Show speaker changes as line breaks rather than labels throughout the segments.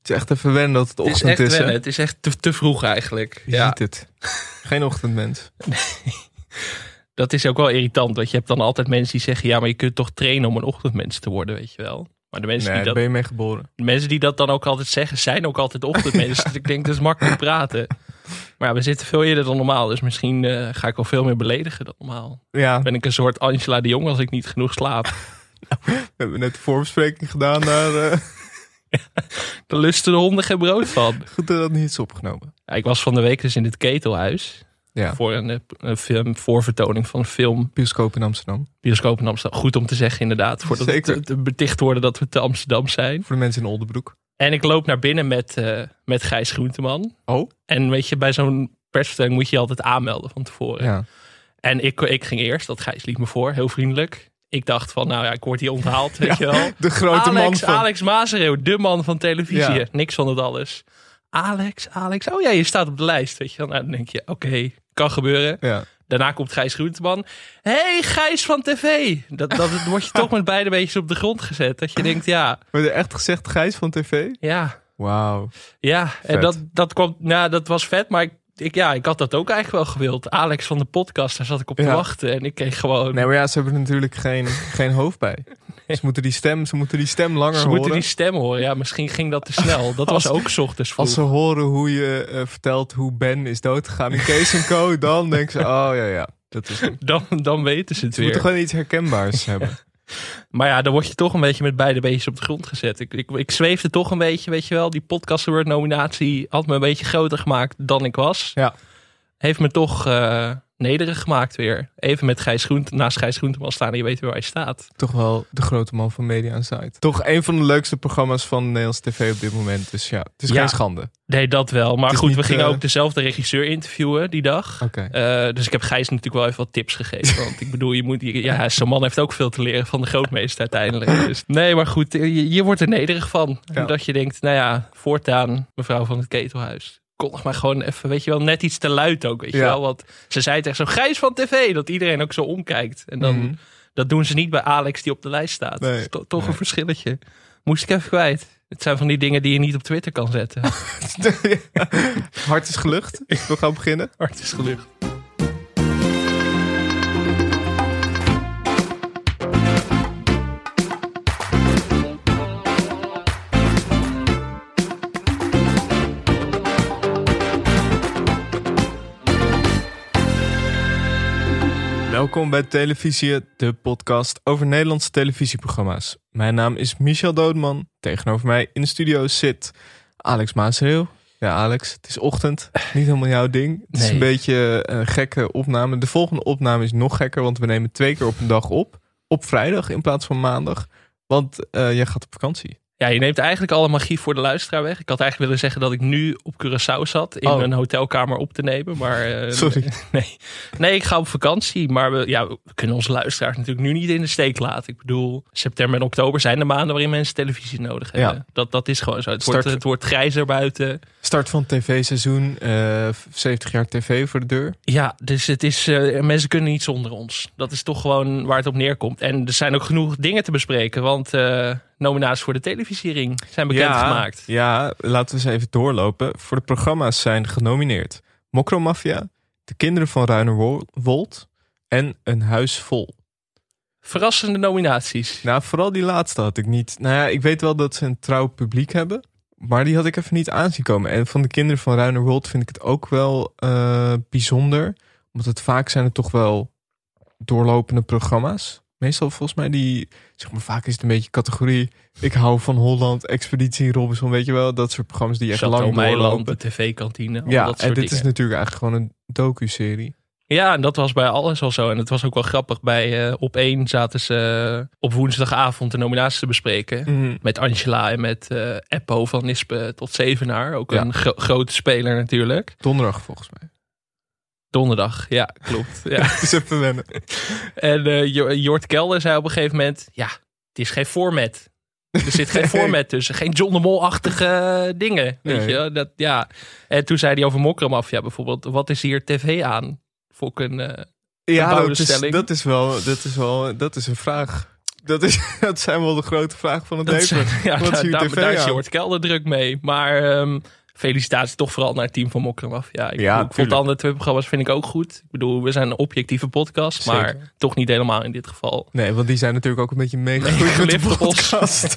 Het is echt even wennen dat het ochtend is.
Het is echt wennen. Het is echt te vroeg eigenlijk.
Je ziet het. Geen ochtendmens.
Nee. Dat is ook wel irritant. Want je hebt dan altijd mensen die zeggen... ja, maar je kunt toch trainen om een ochtendmens te worden, weet je wel. Maar de mensen die dat,
ben je mee geboren.
De mensen die dat dan ook altijd zeggen... zijn ook altijd ochtendmensen. Dus ik denk, dat is makkelijk praten. Maar ja, we zitten veel eerder dan normaal. Dus misschien ga ik wel veel meer beledigen dan normaal.
Ja.
Ben ik een soort Angela de Jong als ik niet genoeg slaap.
We hebben net de voorbespreking gedaan naar...
Daar lusten de honden geen brood van.
Goed dat dat niet is opgenomen.
Ja, ik was van de week dus in het Ketelhuis.
Ja.
Voor een voorvertoning van een film.
Bioscoop in Amsterdam.
Bioscoop in Amsterdam. Goed om te zeggen inderdaad. Voordat het beticht worden dat we te Amsterdam zijn.
Voor de mensen in Oldenbroek.
En ik loop naar binnen met Gijs Groenteman.
Oh?
En weet je, bij zo'n persvertoning moet je je altijd aanmelden van tevoren.
Ja.
En ik ging eerst. Dat Gijs liet me voor. Heel vriendelijk. Ik dacht van, nou ja, ik word hier onthaald, weet je wel.
De grote man van...
Alex Mazereeuw, de man van televisie.
Ja.
Niks van het alles. Alex. Oh ja, je staat op de lijst, weet je wel. Nou, dan denk je, oké, kan gebeuren.
Ja.
Daarna komt Gijs Groenteman. Hey, Gijs van TV. Dat word je toch met beide beetjes op de grond gezet. Dat je denkt, ja.
Word je echt gezegd Gijs van TV?
Ja.
Wauw.
Ja,
vet.
en dat kwam, nou, dat was vet, maar ik had dat ook eigenlijk wel gewild. Alex van de podcast, daar zat ik op te wachten. En ik kreeg gewoon...
Nee, maar ja, ze hebben er natuurlijk geen hoofd bij. Nee. Ze moeten die stem langer horen.
Ze moeten die stem horen. Ja, misschien ging dat te snel. Dat was ook 's ochtends vroeg.
Als ze horen hoe je vertelt hoe Ben is doodgegaan in Kees & Co, dan denken ze, oh ja, dat is hem.
Dan weten ze het
Ze
weer.
moeten gewoon iets herkenbaars hebben.
Maar ja, dan word je toch een beetje met beide beetjes op de grond gezet. Ik zweefde toch een beetje, weet je wel. Die Podcast Award nominatie had me een beetje groter gemaakt dan ik was.
Ja.
Heeft me toch nederig gemaakt weer. Even met naast Gijs Groenteman staan en je weet weer waar hij staat.
Toch wel de grote man van Media Insight. Toch een van de leukste programma's van Nederlandse tv op dit moment. Dus ja, het is geen schande.
Nee, dat wel. Maar goed,
niet,
we gingen ook dezelfde regisseur interviewen die dag.
Okay.
Dus ik heb Gijs natuurlijk wel even wat tips gegeven. Want ik bedoel, zo'n man heeft ook veel te leren van de grootmeester uiteindelijk. Dus, nee, maar goed, je wordt er nederig van. Ja. Dat je denkt, nou ja, voortaan mevrouw van het Ketelhuis. Kondig maar gewoon even, weet je wel, net iets te luid ook, weet je wel. Want ze zei het echt zo, Gijs van TV, dat iedereen ook zo omkijkt. En dan, dat doen ze niet bij Alex die op de lijst staat.
Nee.
Toch een verschilletje. Moest ik even kwijt. Het zijn van die dingen die je niet op Twitter kan zetten.
Hart is gelucht. We gaan beginnen.
Hart is gelucht.
Welkom bij Televisie, de podcast over Nederlandse televisieprogramma's. Mijn naam is Michel Dodeman. Tegenover mij in de studio zit Alex Maasreel. Ja, Alex, het is ochtend. Niet helemaal jouw ding. Het is een beetje een gekke opname. De volgende opname is nog gekker, want we nemen 2 keer op een dag op. Op vrijdag in plaats van maandag. Want jij gaat op vakantie.
Ja, je neemt eigenlijk alle magie voor de luisteraar weg. Ik had eigenlijk willen zeggen dat ik nu op Curaçao zat. In een hotelkamer op te nemen. Maar
sorry.
Nee, ik ga op vakantie. Maar we kunnen onze luisteraars natuurlijk nu niet in de steek laten. Ik bedoel, september en oktober zijn de maanden waarin mensen televisie nodig hebben. Ja. Dat is gewoon zo. Het wordt grijzer buiten.
Start van het tv-seizoen. 70 jaar tv voor de deur.
Ja, dus het is, mensen kunnen niet zonder ons. Dat is toch gewoon waar het op neerkomt. En er zijn ook genoeg dingen te bespreken. Want nominaties voor de televisiering zijn bekendgemaakt.
Ja, laten we eens even doorlopen. Voor de programma's zijn genomineerd Mokromafia, De Kinderen van Ruinerwold en Een Huis Vol.
Verrassende nominaties.
Nou, vooral die laatste had ik niet. Nou ja, ik weet wel dat ze een trouw publiek hebben. Maar die had ik even niet aanzien komen. En van De Kinderen van Ruinerwold vind ik het ook wel bijzonder. Omdat het vaak zijn het toch wel doorlopende programma's. Meestal volgens mij vaak is het een beetje categorie. Ik hou van Holland, Expeditie Robinson, weet je wel. Dat soort programma's die echt lang doorlopen.
De tv-kantine.
Ja,
dat
en dit
dingen.
is natuurlijk eigenlijk gewoon een docu-serie.
Ja, en dat was bij alles al zo. En het was ook wel grappig. Bij Op1 zaten ze op woensdagavond de nominaties te bespreken. Mm-hmm. Met Angela en met Eppo van Nispe tot Zevenaar. Ook een grote speler natuurlijk.
Donderdag volgens mij.
Donderdag, ja, klopt. Ja.
Het is even wennen.
En Jort Kelder zei op een gegeven moment... Ja, het is geen format. Er zit geen format tussen. Geen John de Mol-achtige dingen. Weet je? En toen zei hij over Mokromafia bijvoorbeeld... Wat is hier tv aan? Vond ik een
dat is een vraag. Dat zijn wel de grote vragen van het leven.
Daar is Jort Kelder druk mee. Maar felicitaties toch vooral naar het team van Mokromaf. Ik vond de andere 2 programma's vind ik ook goed. Ik bedoel, we zijn een objectieve podcast. Zeker. Maar toch niet helemaal in dit geval.
Nee, want die zijn natuurlijk ook een beetje meegegroeid met de podcast.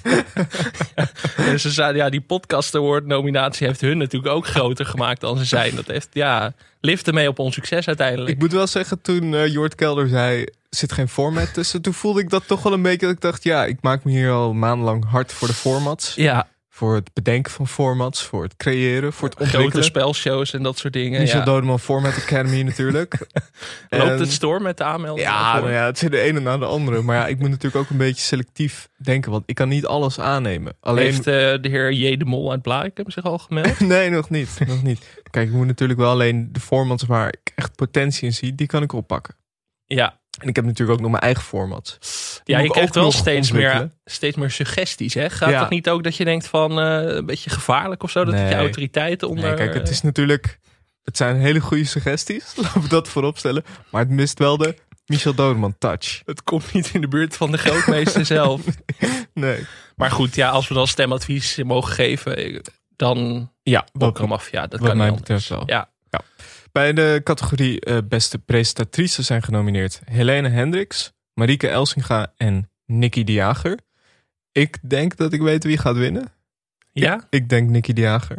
En ze zeiden, die Podcast Award nominatie heeft hun natuurlijk ook groter gemaakt dan ze zijn. Dat heeft, lifte mee op ons succes uiteindelijk.
Ik moet wel zeggen, toen Jort Kelder zei, er zit geen format tussen. Toen voelde ik dat toch wel een beetje, dat ik dacht, ik maak me hier al maandenlang hard voor de formats.
Ja.
Voor het bedenken van formats, voor het creëren, voor het ontwikkelen.
Grote spelshows en dat soort dingen.
Michel Dodeman Format Academy natuurlijk.
Loopt het storm met de aanmelding?
Het is de ene na de andere. Maar ik moet natuurlijk ook een beetje selectief denken. Want ik kan niet alles aannemen. Alleen...
Heeft de heer J. de Mol uit Blarikum zich al gemeld?
Nee, nog niet. Kijk, ik moet natuurlijk wel alleen de formats waar ik echt potentie in zie, die kan ik oppakken.
Ja.
En ik heb natuurlijk ook nog mijn eigen formats.
Ja, je krijgt wel steeds meer suggesties. Hè? Gaat het niet ook dat je denkt van een beetje gevaarlijk of zo? Dat je autoriteiten onder...
Nee, kijk, het is natuurlijk... Het zijn hele goede suggesties. Laten we dat voorop stellen. Maar het mist wel de Michel Dodeman touch.
Het komt niet in de buurt van de grootmeester zelf.
Nee.
Maar goed, als we dan stemadvies mogen geven, dan... Ja, Mokromaf, dat kan
mij
niet
betreft wel.
Ja.
Bij de categorie beste presentatrice zijn genomineerd Helene Hendricks, Marieke Elsinga en Nikki de Jager. Ik denk dat ik weet wie gaat winnen.
Ja?
Ik denk Nikki de Jager.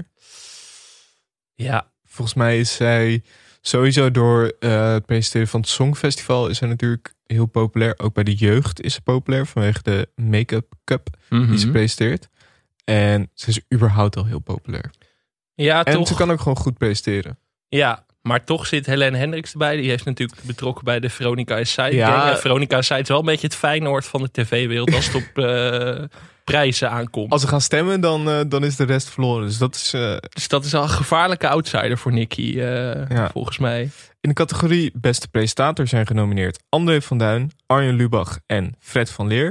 Ja.
Volgens mij is zij sowieso door het presenteren van het Songfestival is zij natuurlijk heel populair. Ook bij de jeugd is ze populair vanwege de Make-up Cup die ze presenteert. En ze is überhaupt al heel populair.
Ja,
en
toch.
ze kan ook gewoon goed presenteren.
Ja, maar toch zit Helene Hendricks erbij. Die heeft natuurlijk betrokken bij de Veronica Inside.
Ja.
Veronica Inside is wel een beetje het Feyenoord van de tv-wereld als het op prijzen aankomt.
Als ze gaan stemmen, dan is de rest verloren. Dus
dat is al een gevaarlijke outsider voor Nikki, volgens mij.
In de categorie beste presentator zijn genomineerd André van Duin, Arjen Lubach en Fred van Leer.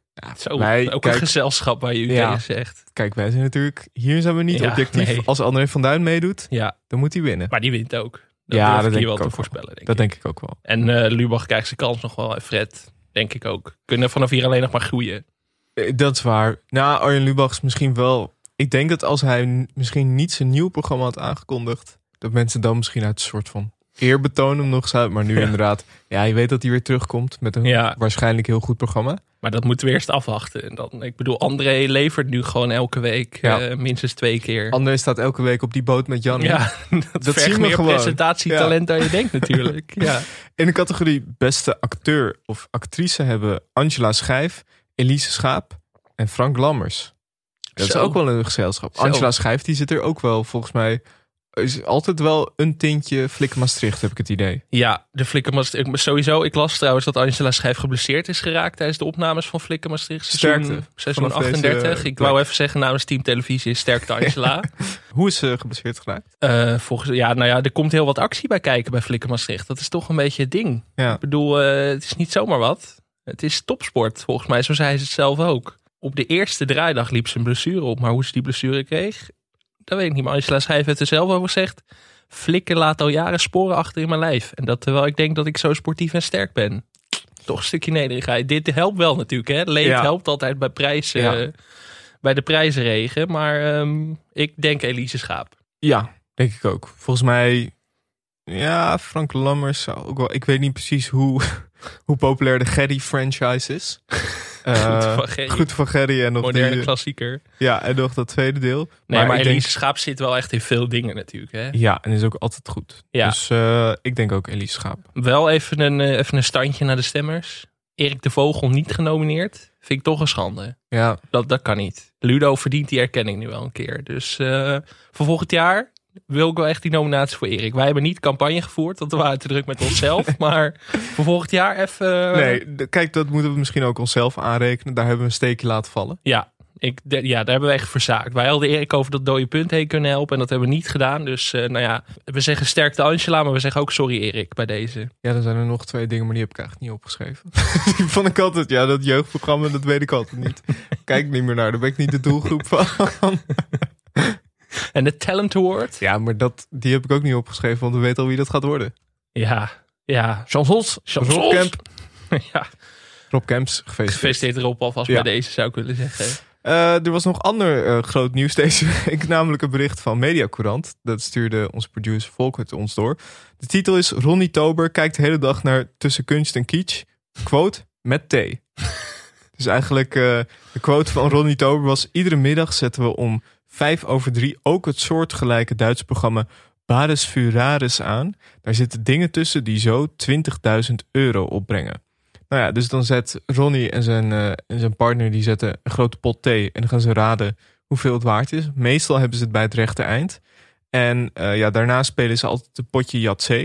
Ja,
ook een gezelschap waar je tegen zegt.
Kijk, wij zijn natuurlijk... Hier zijn we niet objectief. Nee. Als André van Duin meedoet, dan moet hij winnen.
Maar die wint ook.
Dat
denk
ik
wel
ook
te voorspellen.
Dat denk ik ook wel.
En Lubach krijgt zijn kans nog wel. Fred, denk ik ook. Kunnen vanaf hier alleen nog maar groeien.
Dat is waar. Nou, Arjen Lubach is misschien wel... Ik denk dat als hij misschien niet zijn nieuw programma had aangekondigd, dat mensen dan misschien uit een soort van eerbetoon hem nog zouden. Maar nu inderdaad, je weet dat hij weer terugkomt met een waarschijnlijk heel goed programma.
Maar dat moeten we eerst afwachten. En dan, ik bedoel, André levert nu gewoon elke week minstens 2 keer.
André staat elke week op die boot met Jan.
Ja, dat zien we meer gewoon. Presentatietalent dan je denkt natuurlijk. Ja.
In de categorie beste acteur of actrice hebben Angela Schijf, Elise Schaap en Frank Lammers. Dat is ook wel een gezelschap. Angela Schijf, die zit er ook wel volgens mij... Is altijd wel een tintje Flikker Maastricht, heb ik het idee.
Ja, de Flikker Maastricht. Sowieso, ik las trouwens dat Angela Schijf geblesseerd is geraakt tijdens de opnames van Flikker Maastricht. Seizoen 38. Ik wou even zeggen namens Team Televisie is sterkte Angela.
Hoe is ze geblesseerd geraakt?
Er komt heel wat actie bij kijken bij Flikker Maastricht. Dat is toch een beetje het ding. Ja. Ik bedoel, het is niet zomaar wat. Het is topsport, volgens mij. Zo zei ze het zelf ook. Op de eerste draaidag liep ze een blessure op. Maar hoe ze die blessure kreeg... Dat weet ik niet, maar Angela Schijf heeft er zelf over gezegd. Flikker laat al jaren sporen achter in mijn lijf. En dat terwijl ik denk dat ik zo sportief en sterk ben. Toch een stukje nederigheid. Dit helpt wel natuurlijk, hè. Leed helpt altijd bij prijzen, bij de prijzenregen. Maar ik denk Elise Schaap.
Ja, denk ik ook. Volgens mij, Frank Lammers zou ook wel... Ik weet niet precies hoe populair de Gerry-franchise is. Goed van Gerry en nog
moderne klassieker.
Ja, en nog dat tweede deel.
Nee, maar Elise Schaap zit wel echt in veel dingen natuurlijk. Hè?
Ja, en is ook altijd goed. Ja. Dus ik denk ook Elise Schaap.
Wel even een standje naar de stemmers. Erik de Vogel niet genomineerd. Vind ik toch een schande.
Ja.
Dat kan niet. Ludo verdient die erkenning nu wel een keer. Dus voor volgend jaar wil ik wel echt die nominatie voor Erik. Wij hebben niet campagne gevoerd, want we waren te druk met onszelf. Maar voor volgend jaar even...
Nee, kijk, dat moeten we misschien ook onszelf aanrekenen. Daar hebben we een steekje laten vallen.
Ja, daar hebben we echt verzaakt. Wij hadden Erik over dat dode punt heen kunnen helpen en dat hebben we niet gedaan. Dus we zeggen sterkte Angela, maar we zeggen ook sorry Erik bij deze.
Ja, er zijn er nog 2 dingen, maar die heb ik eigenlijk niet opgeschreven. Die vond ik altijd, dat jeugdprogramma, dat weet ik altijd niet. Kijk niet meer naar, daar ben ik niet de doelgroep van.
En de Talent Award?
Ja, maar die heb ik ook niet opgeschreven, want we weten al wie dat gaat worden.
Ja.
Jean Hols.
Ja.
Rob Kemps, gefeliciteerd.
Gefeliciteerd Rob alvast bij deze, zou ik willen zeggen.
Er was nog ander groot nieuws deze week, namelijk een bericht van Mediacourant. Dat stuurde onze producer Volkert ons door. De titel is: Ronnie Tober kijkt de hele dag naar Tussen Kunst en Kitsch. Quote, met thee. Dus eigenlijk de quote van Ronnie Tober was: iedere middag zetten we om 2:55 ook het soortgelijke Duitse programma Bares Furares aan. Daar zitten dingen tussen die zo €20.000 opbrengen. Nou ja, dus dan zet Ronnie en zijn partner, die zetten een grote pot thee en dan gaan ze raden hoeveel het waard is. Meestal hebben ze het bij het rechte eind. En daarna spelen ze altijd een potje Yatzee.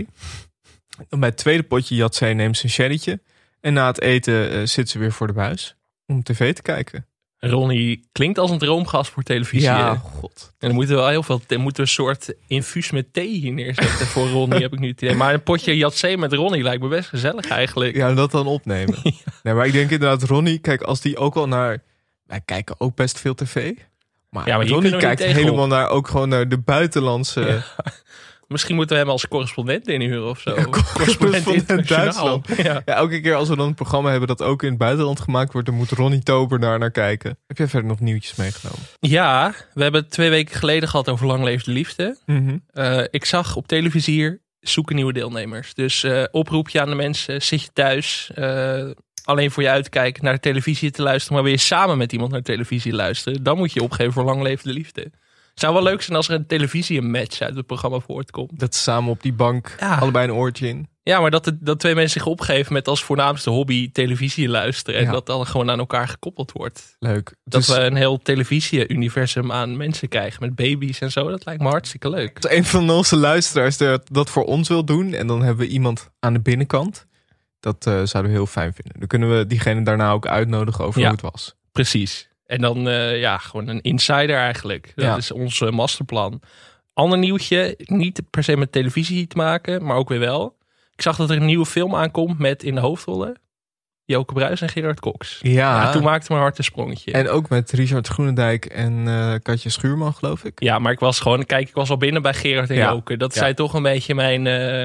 Dan bij het tweede potje Yatzee nemen ze een sherrytje. En na het eten zitten ze weer voor de buis om tv te kijken.
Ronnie klinkt als een droomgast voor televisie.
Ja, god.
En dan moeten we wel heel veel. Dan moeten we een soort infuus met thee hier neerzetten voor Ronnie, heb ik nu het idee. Maar een potje Yatzee met Ronnie lijkt me best gezellig eigenlijk.
Ja, en dat dan opnemen. Ja. Nee, maar ik denk inderdaad, Ronnie, kijk, als die ook al naar. Wij kijken ook best veel tv. Maar Ronnie kijkt helemaal naar de buitenlandse.
Ja. Misschien moeten we hem als correspondent inhuren of zo.
Ja, correspondent Duitsland. Ja, elke keer als we dan een programma hebben dat ook in het buitenland gemaakt wordt, dan moet Ronnie Tober daar naar kijken. Heb jij verder nog nieuwtjes meegenomen?
Ja, we hebben het 2 weken geleden gehad over Lang Leeft de Liefde.
Mm-hmm.
Ik zag op televisie hier zoeken nieuwe deelnemers. Dus oproepje aan de mensen, zit je thuis, alleen voor je uitkijken, naar de televisie te luisteren, maar wil je samen met iemand naar de televisie luisteren, dan moet je opgeven voor Lang Leeft de Liefde. Het zou wel leuk zijn als er een televisie-match uit het programma voortkomt.
Dat ze samen op die bank allebei een oortje in.
Ja, maar dat 2 mensen zich opgeven met als voornaamste hobby televisie luisteren. En dat dan gewoon aan elkaar gekoppeld wordt.
Leuk.
Dat we een heel televisie-universum aan mensen krijgen met baby's en zo. Dat lijkt me hartstikke leuk.
Als een van onze luisteraars dat voor ons wil doen en dan hebben we iemand aan de binnenkant. Dat zouden we heel fijn vinden. Dan kunnen we diegene daarna ook uitnodigen over hoe het was.
Precies. En dan gewoon een insider eigenlijk. Dat is ons masterplan. Ander nieuwtje, niet per se met televisie te maken, maar ook weer wel. Ik zag dat er een nieuwe film aankomt met in de hoofdrollen Joke Bruijs en Gerard Cox.
Ja.
Toen maakte mijn hart een sprongetje.
En ook met Richard Groenendijk en Katja Schuurman, geloof ik.
Ja, maar ik was al binnen bij Gerard en Joke. Dat zijn toch een beetje mijn,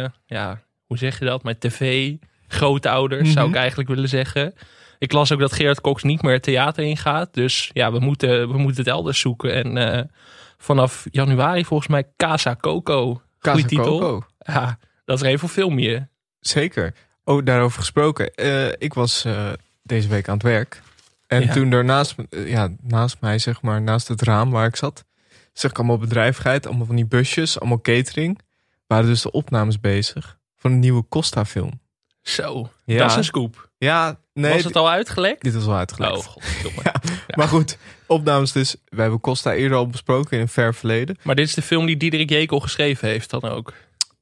hoe zeg je dat? Mijn tv-grootouders, zou ik eigenlijk willen zeggen. Ik las ook dat Gerard Cox niet meer het theater ingaat. Dus ja, we moeten het elders zoeken. En vanaf januari volgens mij Casa Coco. Goeie titel.
Coco.
Ja, dat is er even film je.
Zeker. Oh, daarover gesproken. Ik was deze week aan het werk. En toen daarnaast, naast mij, zeg maar, naast het raam waar ik zat, zag ik allemaal bedrijvigheid, allemaal van die busjes, allemaal catering. Waren dus de opnames bezig van een nieuwe Costa-film.
Zo, dat is een scoop.
Ja, nee.
Was het al uitgelekt?
Dit was al uitgelekt.
Oh, godverdomme.
Maar goed, opnames dus. We hebben Costa eerder al besproken in een ver verleden.
Maar dit is de film die Diederik Jekyll geschreven heeft dan ook.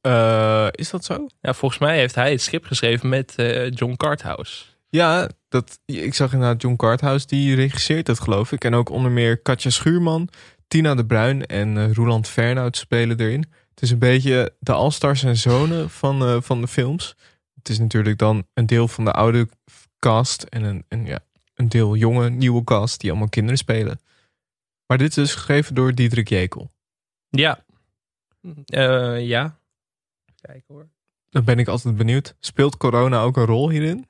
Is dat zo?
Ja, volgens mij heeft hij het script geschreven met John Carthouse.
Ja, ik zag inderdaad John Carthouse, die regisseert dat, geloof ik. En ook onder meer Katja Schuurman, Tina de Bruin en Roland Fernhout spelen erin. Het is een beetje de All-Stars en zonen van de films. Het is natuurlijk dan een deel van de oude cast en een deel jonge, nieuwe cast die allemaal kinderen spelen. Maar dit is dus geschreven door Diederik Jekyll.
Ja. Ja. Kijk hoor.
Dan ben ik altijd benieuwd. Speelt corona ook een rol hierin?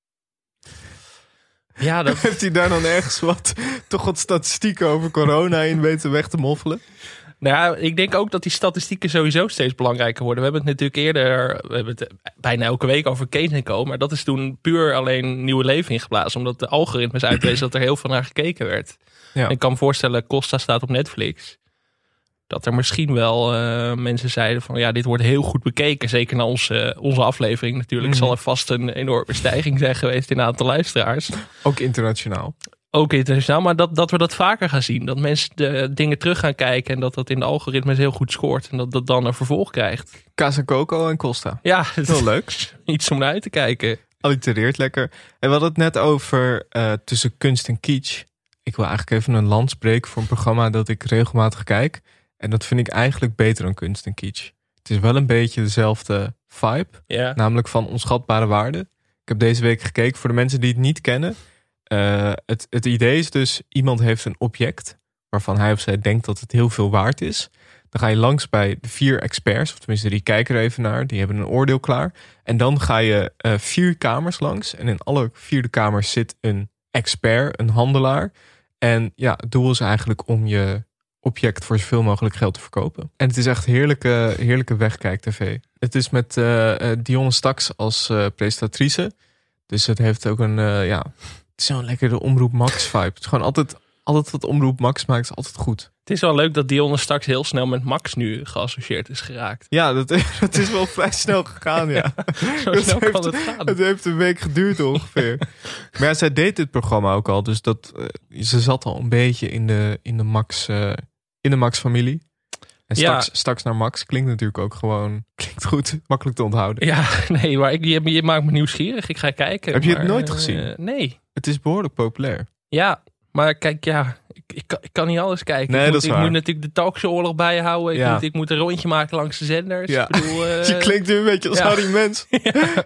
Ja, dat...
Heeft hij daar dan ergens toch wat statistieken over corona in weten weg te moffelen?
Nou ja, ik denk ook dat die statistieken sowieso steeds belangrijker worden. We hebben het natuurlijk we hebben het bijna elke week over Kees & Co. Maar dat is toen puur alleen nieuwe leven ingeblazen. Omdat de algoritmes uitwezen dat er heel veel naar gekeken werd. Ja. En ik kan me voorstellen, Costa staat op Netflix. Dat er misschien wel mensen zeiden van ja, dit wordt heel goed bekeken. Zeker na onze aflevering natuurlijk. Zal er vast een enorme stijging zijn geweest in het aantal luisteraars.
Ook internationaal.
Ook internationaal, maar dat we dat vaker gaan zien. Dat mensen de dingen terug gaan kijken en dat in de algoritmes heel goed scoort. En dat dan een vervolg krijgt.
Casa Coco en Costa.
Ja,
het is wel leuk.
Iets om naar uit te kijken.
Allitereert lekker. En we hadden het net over tussen kunst en kitsch. Ik wil eigenlijk even een lans breken voor een programma dat ik regelmatig kijk. En dat vind ik eigenlijk beter dan kunst en kitsch. Het is wel een beetje dezelfde vibe.
Ja.
Namelijk van onschatbare waarde. Ik heb deze week gekeken voor de mensen die het niet kennen. Het idee is dus, iemand heeft een object waarvan hij of zij denkt dat het heel veel waard is. Dan ga je langs bij de 4 experts, of tenminste die kijken er even naar. Die hebben een oordeel klaar. En dan ga je 4 kamers langs. En in alle 4 kamers zit een expert, een handelaar. En ja, het doel is eigenlijk om je object voor zoveel mogelijk geld te verkopen. En het is echt heerlijke wegkijk-tv. Het is met Dionne Staks als presentatrice. Dus het heeft ook het is zo'n lekkere Omroep Max vibe. Het is gewoon altijd wat Omroep Max maakt, is altijd goed.
Het is wel leuk dat Dionne straks heel snel met Max nu geassocieerd is geraakt.
Ja, dat is wel vrij snel gegaan, ja.
Zo snel kan het gaan.
Het heeft een week geduurd ongeveer. Maar ja, zij deed dit programma ook al. Dus ze zat al een beetje in de Max-familie. En straks naar Max klinkt natuurlijk ook gewoon... Klinkt goed, makkelijk te onthouden.
Ja, nee, maar je maakt me nieuwsgierig. Ik ga kijken.
Heb je het nooit gezien?
Nee.
Het is behoorlijk populair.
Ja, maar kijk, ik kan niet alles kijken.
Nee,
ik moet natuurlijk de talkshow-oorlog bijhouden. Ik moet een rondje maken langs de zenders.
Ja.
Ik bedoel,
je klinkt nu een beetje als Harry Mens. Ja.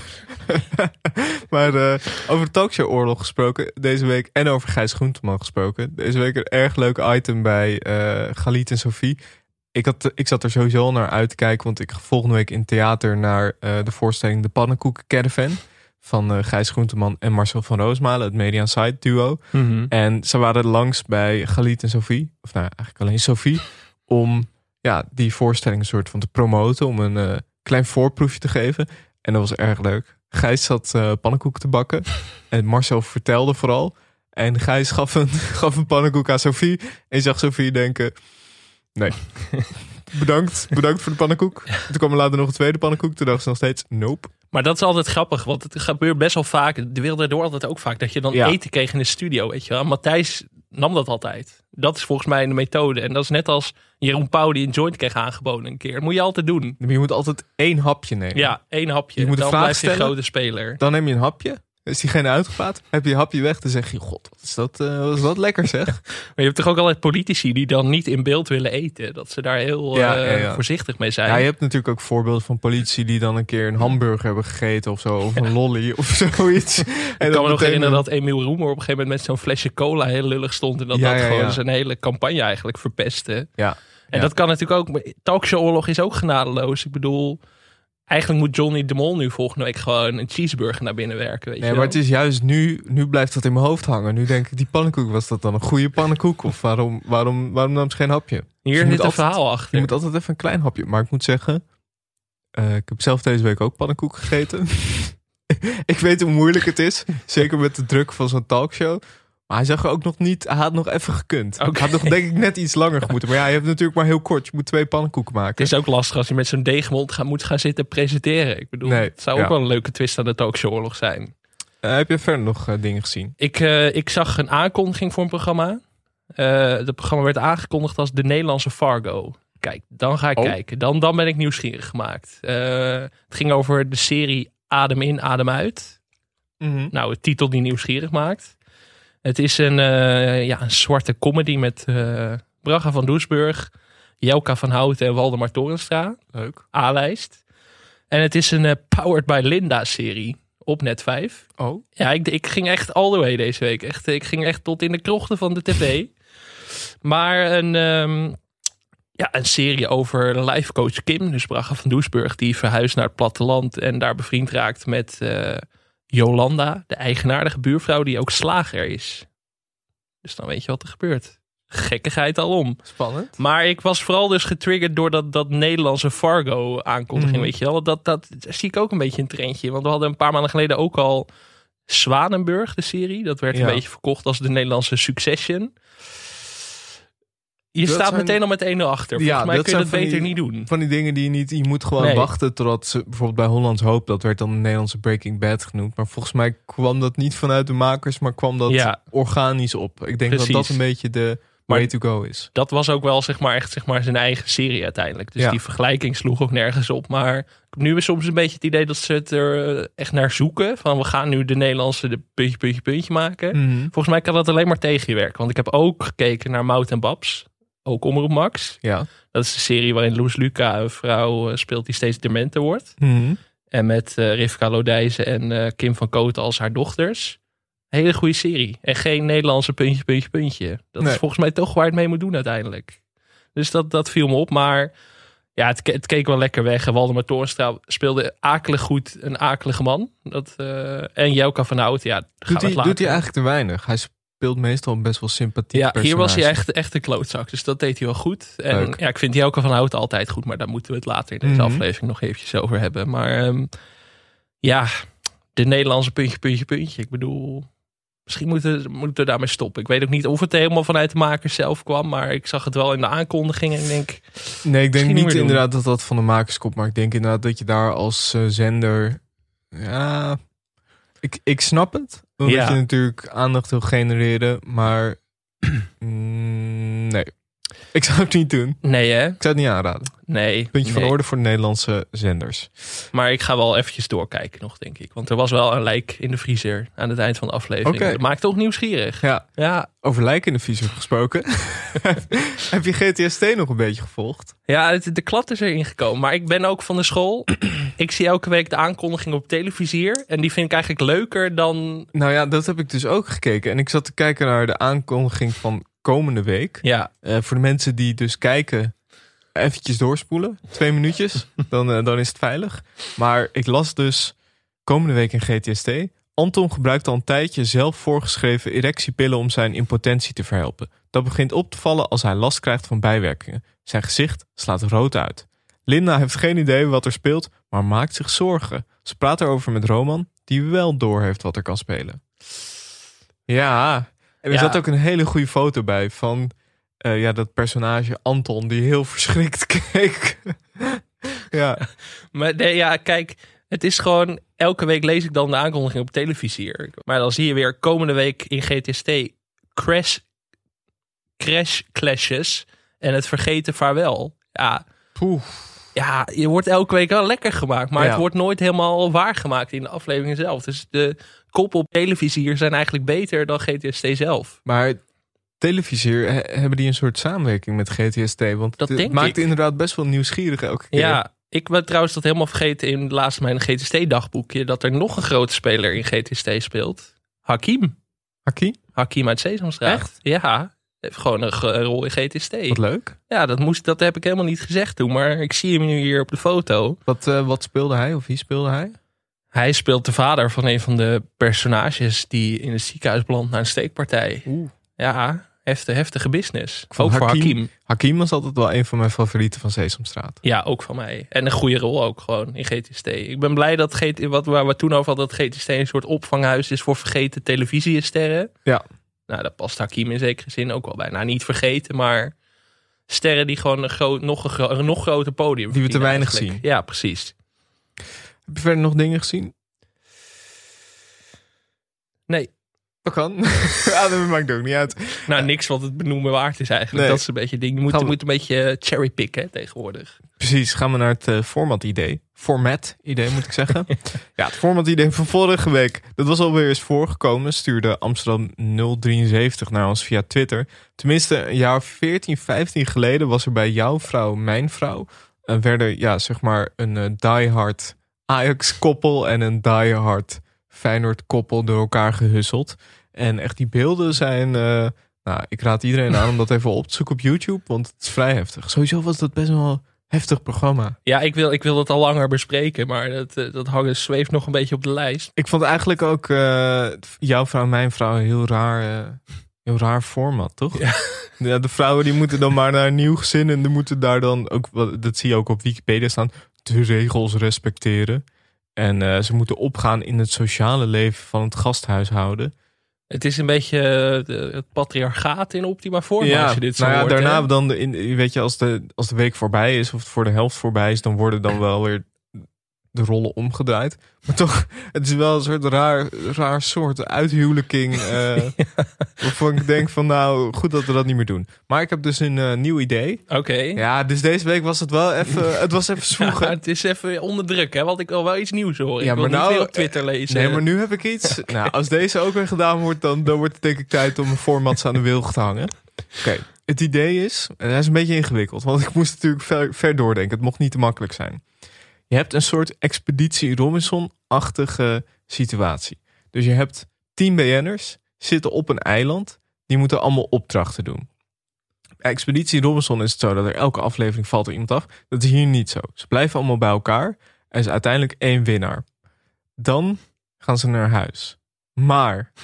Maar over de talkshow-oorlog gesproken deze week... en over Gijs Groenteman gesproken. Deze week een erg leuk item bij Galit en Sophie. Ik zat er sowieso al naar uit te kijken... want ik ga volgende week in het theater naar de voorstelling... De Pannenkoeken Caravan... van Gijs Groenteman en Marcel van Roosmalen, het Media Side duo.
Mm-hmm.
En ze waren langs bij Galit en Sophie, of nou eigenlijk alleen Sophie, om die voorstelling een soort van te promoten, om een klein voorproefje te geven. En dat was erg leuk. Gijs zat pannenkoeken te bakken en Marcel vertelde vooral. En Gijs gaf een pannenkoek aan Sophie en je zag Sophie denken, nee. Bedankt voor de pannenkoek. Toen kwam er later nog een tweede pannenkoek. Toen dacht ze nog steeds, nope.
Maar dat is altijd grappig, want het gebeurt best wel vaak. De wereld erdoor altijd ook vaak, dat je dan eten kreeg in de studio, weet je wel. Matthijs nam dat altijd. Dat is volgens mij de methode. En dat is net als Jeroen Pauw die een joint kreeg aangeboden een keer. Dat moet je altijd doen.
Je moet altijd 1 hapje nemen.
Ja, 1 hapje.
Je moet
dan
een vraag
blijft je
stellen.
grote speler.
Dan neem je een hapje. Is diegene uitgepraat? Heb je een hapje weg? Dan zeg je, god, wat is dat lekker zeg.
Maar je hebt toch ook altijd politici die dan niet in beeld willen eten. Dat ze daar heel voorzichtig mee zijn.
Ja, je hebt natuurlijk ook voorbeelden van politici die dan een keer een hamburger hebben gegeten of zo. Of een lolly of zoiets.
Ik kan me nog herinneren dat Emiel Roemer op een gegeven moment met zo'n flesje cola heel lullig stond. En dat gewoon zijn hele campagne eigenlijk verpestte.
Ja.
En dat kan natuurlijk ook. Talkshow-oorlog is ook genadeloos. Ik bedoel... Eigenlijk moet Johnny de Mol nu volgende week gewoon een cheeseburger naar binnen werken. Weet je wel?
Maar het is juist nu blijft dat in mijn hoofd hangen. Nu denk ik, die pannenkoek, was dat dan een goede pannenkoek? Of waarom nam ze geen hapje?
Hier zit een verhaal achter.
Je moet altijd even een klein hapje. Maar ik moet zeggen, ik heb zelf deze week ook pannenkoek gegeten. Ik weet hoe moeilijk het is. Zeker met de druk van zo'n talkshow. Maar hij zag er ook nog niet. Hij had nog even gekund.
Okay.
Hij had nog denk ik net iets langer moeten. Maar ja, je hebt natuurlijk maar heel kort. Je moet 2 pannenkoeken maken.
Het is ook lastig als je met zo'n deegmond moet gaan zitten presenteren. Ik bedoel, het zou ook wel een leuke twist aan de talkshow-oorlog zijn.
Heb je verder nog dingen gezien?
Ik zag een aankondiging voor een programma. Het programma werd aangekondigd als de Nederlandse Fargo. Kijk, dan ga ik kijken. Dan ben ik nieuwsgierig gemaakt. Het ging over de serie Adem in, Adem uit.
Mm-hmm.
Nou, het titel die nieuwsgierig maakt. Het is een zwarte comedy met Braga van Doesburg, Jelka van Houten en Waldemar Torenstra.
Leuk.
A-lijst. En het is een Powered by Linda serie op Net 5.
Oh.
Ja, ik ging echt all the way deze week. Ik ging echt tot in de krochten van de tv. Maar een serie over life coach Kim, dus Braga van Doesburg, die verhuist naar het platteland en daar bevriend raakt met... Jolanda, de eigenaardige buurvrouw die ook slager is. Dus dan weet je wat er gebeurt. Gekkigheid alom.
Spannend.
Maar ik was vooral dus getriggerd door dat Nederlandse Fargo aankondiging. Weet je wel, dat zie ik ook een beetje een trendje. Want we hadden een paar maanden geleden ook al Zwanenburg, de serie. Dat werd een beetje verkocht als de Nederlandse Succession. Je staat meteen al met 1-0 achter. Volgens mij kun je dat beter niet doen.
Van die dingen die je niet... Je moet gewoon wachten totdat ze... Bijvoorbeeld bij Hollands Hoop, dat werd dan de Nederlandse Breaking Bad genoemd. Maar volgens mij kwam dat niet vanuit de makers, maar kwam dat organisch op. Ik denk dat een beetje de way to go is. Dat
was ook wel echt zijn eigen serie uiteindelijk. Dus die vergelijking sloeg ook nergens op. Maar nu is soms een beetje het idee dat ze het er echt naar zoeken. Van we gaan nu de Nederlandse puntje maken.
Mm-hmm.
Volgens mij kan dat alleen maar tegen je werken. Want ik heb ook gekeken naar Mout en Babs. Ook Omroep Max.
Ja.
Dat is de serie waarin Loes Luca een vrouw speelt die steeds dementer wordt.
Mm-hmm.
En met Rivka Lodijzen en Kim van Kooten als haar dochters. Hele goede serie. En geen Nederlandse puntje. Dat is volgens mij toch waar je het mee moet doen uiteindelijk. Dus dat viel me op. Maar ja, het keek wel lekker weg. En Waldemar Toornstra speelde akelig goed. Een akelige man. En Jelka van Hout, ja,
doet hij eigenlijk te weinig. Hij speelt meestal best wel sympathiek personage.
Hier was hij echt een klootzak. Dus dat deed hij wel goed. En ja, ik vind Jelka van Hout altijd goed. Maar daar moeten we het later in deze aflevering nog eventjes over hebben. Maar ja, de Nederlandse puntje. Ik bedoel, misschien moeten we daarmee stoppen. Ik weet ook niet of het helemaal vanuit de makers zelf kwam. Maar ik zag het wel in de aankondiging. En ik denk,
nee, ik denk niet inderdaad dat van de makers komt. Maar ik denk inderdaad dat je daar als zender... Ja, ik snap het. Omdat je natuurlijk aandacht wil genereren. Maar nee. Ik zou het niet doen.
Nee, hè?
Ik zou het niet aanraden.
Nee.
Puntje van orde voor de Nederlandse zenders.
Maar ik ga wel eventjes doorkijken nog, denk ik. Want er was wel een lijk in de vriezer aan het eind van de aflevering. Dat maakt toch nieuwsgierig.
Ja. Over lijk in de vriezer gesproken. Heb je GTST nog een beetje gevolgd?
Ja, de klad is erin gekomen. Maar ik ben ook van de school. Ik zie elke week de aankondiging op televisier. En die vind ik eigenlijk leuker dan...
Nou ja, dat heb ik dus ook gekeken. En ik zat te kijken naar de aankondiging van komende week.
Ja.
Voor de mensen die dus kijken, eventjes doorspoelen. 2 minuutjes, dan is het veilig. Maar ik las dus komende week in GTST. Anton gebruikt al een tijdje zelf voorgeschreven erectiepillen om zijn impotentie te verhelpen. Dat begint op te vallen als hij last krijgt van bijwerkingen. Zijn gezicht slaat rood uit. Linda heeft geen idee wat er speelt, maar maakt zich zorgen. Ze praat erover met Roman, die wel doorheeft wat er kan spelen. Ja, en er zat ook een hele goede foto bij van dat personage Anton die heel verschrikt keek. Ja.
Maar kijk, het is gewoon... Elke week lees ik dan de aankondiging op televisie. Maar dan zie je weer komende week in GTST crash clashes en het vergeten vaarwel. Ja. Ja, je wordt elke week wel lekker gemaakt. Maar het wordt nooit helemaal waargemaakt in de aflevering zelf. Dus de koppen op televisie hier zijn eigenlijk beter dan GTST zelf. Maar
televisie hebben die een soort samenwerking met GTST? Want het maakt inderdaad best wel nieuwsgierig elke keer.
Ja, ik ben trouwens dat helemaal vergeten in laatst mijn GTST-dagboekje... dat er nog een grote speler in GTST speelt. Hakim. Hakim uit Sesamstraat.
Echt?
Ja, heeft gewoon een rol in GTST.
Wat leuk.
Ja, dat heb ik helemaal niet gezegd toen, maar ik zie hem nu hier op de foto.
Wat speelde hij of wie speelde hij?
Hij speelt de vader van een van de personages die in het ziekenhuis belandt na een steekpartij. Ja, heftige business. Ook voor Hakim.
Hakim was altijd wel een van mijn favorieten van Sesamstraat.
Ja, ook van mij. En een goede rol ook gewoon in GTST. Ik ben blij dat waar we toen over hadden, dat GTST een soort opvanghuis is voor vergeten televisiesterren.
Ja.
Nou, daar past Hakim in zekere zin ook wel bij. Nou, niet vergeten, maar sterren die gewoon een nog groter podium
die we te weinig
eigenlijk
zien.
Ja, precies.
Heb je verder nog dingen gezien?
Nee.
Dat kan. Dat maakt ook niet uit.
Nou, niks wat het benoemen waard is eigenlijk. Nee. Dat is een beetje ding. Je moet een beetje cherrypicken tegenwoordig.
Precies, gaan we naar het format-idee. Format-idee moet ik zeggen. Ja, het format-idee van vorige week. Dat was alweer eens voorgekomen. Stuurde Amsterdam 073 naar ons via Twitter. Tenminste, een jaar 14, 15 geleden was er bij jouw vrouw, mijn vrouw... werden zeg maar een diehard Ajax-koppel en een diehard Feyenoord-koppel door elkaar gehusseld. En echt die beelden zijn... ik raad iedereen aan om dat even op te zoeken op YouTube, want het is vrij heftig. Sowieso was dat best wel een heftig programma.
Ja, ik wil het al langer bespreken, maar dat zweeft nog een beetje op de lijst.
Ik vond eigenlijk ook jouw vrouw, mijn vrouw een heel raar format, toch? Ja, de vrouwen die moeten dan maar naar een nieuw gezin en die moeten daar dan ook, dat zie je ook op Wikipedia staan, de regels respecteren. En ze moeten opgaan in het sociale leven van het gasthuishouden.
Het is een beetje het patriarchaat in optima forma als je dit zo hoort.
Daarna dan, weet je, als de week voorbij is of voor de helft voorbij is, dan worden dan wel weer de rollen omgedraaid. Maar toch, het is wel een soort raar soort uithuwelijking. Waarvan ik denk van nou, goed dat we dat niet meer doen. Maar ik heb dus een nieuw idee.
Oké.
Ja, dus deze week was het wel even, het was even zwoegen.
Ja, het is even onder druk, hè, want ik wil wel iets nieuws horen.
Ja,
ik wil
maar
niet weer op Twitter lezen.
Nee, maar nu heb ik iets. Nou, als deze ook weer gedaan wordt, dan wordt het denk ik tijd om een formats aan de wilg te hangen. Oké. Het idee is, en hij is een beetje ingewikkeld, want ik moest natuurlijk ver doordenken. Het mocht niet te makkelijk zijn. Je hebt een soort Expeditie Robinson-achtige situatie. Dus je hebt 10 BN'ers zitten op een eiland. Die moeten allemaal opdrachten doen. Expeditie Robinson is het zo dat er elke aflevering valt er iemand af. Dat is hier niet zo. Ze blijven allemaal bij elkaar. Er is uiteindelijk 1 winnaar. Dan gaan ze naar huis. Maar er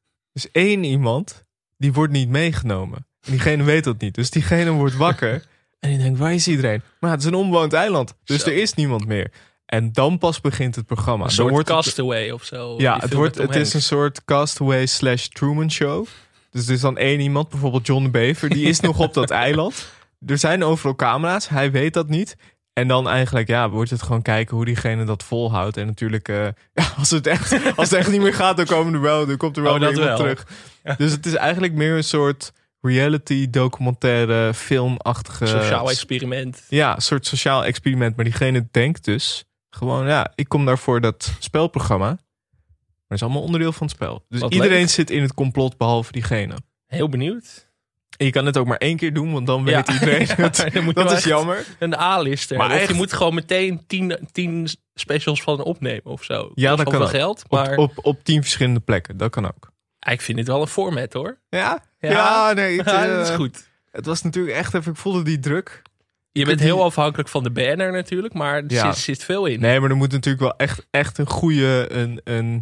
is 1 iemand die wordt niet meegenomen. En diegene weet dat niet. Dus diegene wordt wakker. En die denkt, waar is iedereen? Maar het is een onbewoond eiland. Dus er is niemand meer. En dan pas begint het programma.
Een soort Castaway of zo.
Ja, het is een soort Castaway / Truman Show. Dus er is dan 1 iemand, bijvoorbeeld John de Bever. Die is nog op dat eiland. Er zijn overal camera's. Hij weet dat niet. En dan eigenlijk, wordt het gewoon kijken hoe diegene dat volhoudt. En natuurlijk, als het echt niet meer gaat, dan komt er wel weer iemand terug. Ja. Dus het is eigenlijk meer een soort reality, documentaire, filmachtige...
Sociaal experiment.
Ja, een soort sociaal experiment. Maar diegene denkt dus gewoon, ik kom daar voor dat spelprogramma. Maar het is allemaal onderdeel van het spel. Dus
Wat
iedereen
leuk.
zit in het complot, behalve diegene.
Heel benieuwd.
En je kan het ook maar 1 keer doen, want dan weet iedereen het. Dat is jammer.
Een A-lister.
Maar
of je moet gewoon meteen 10 specials van opnemen of zo.
Ja, dat kan
wel geld, maar...
Op 10 verschillende plekken, dat kan ook.
Ik vind dit wel een format, hoor.
Ja? Ja, nee.
Dat is goed.
Het was natuurlijk echt even, ik voelde die druk.
Je bent heel afhankelijk van de banner natuurlijk, maar er zit veel in.
Nee, maar er moet natuurlijk wel echt een goede, een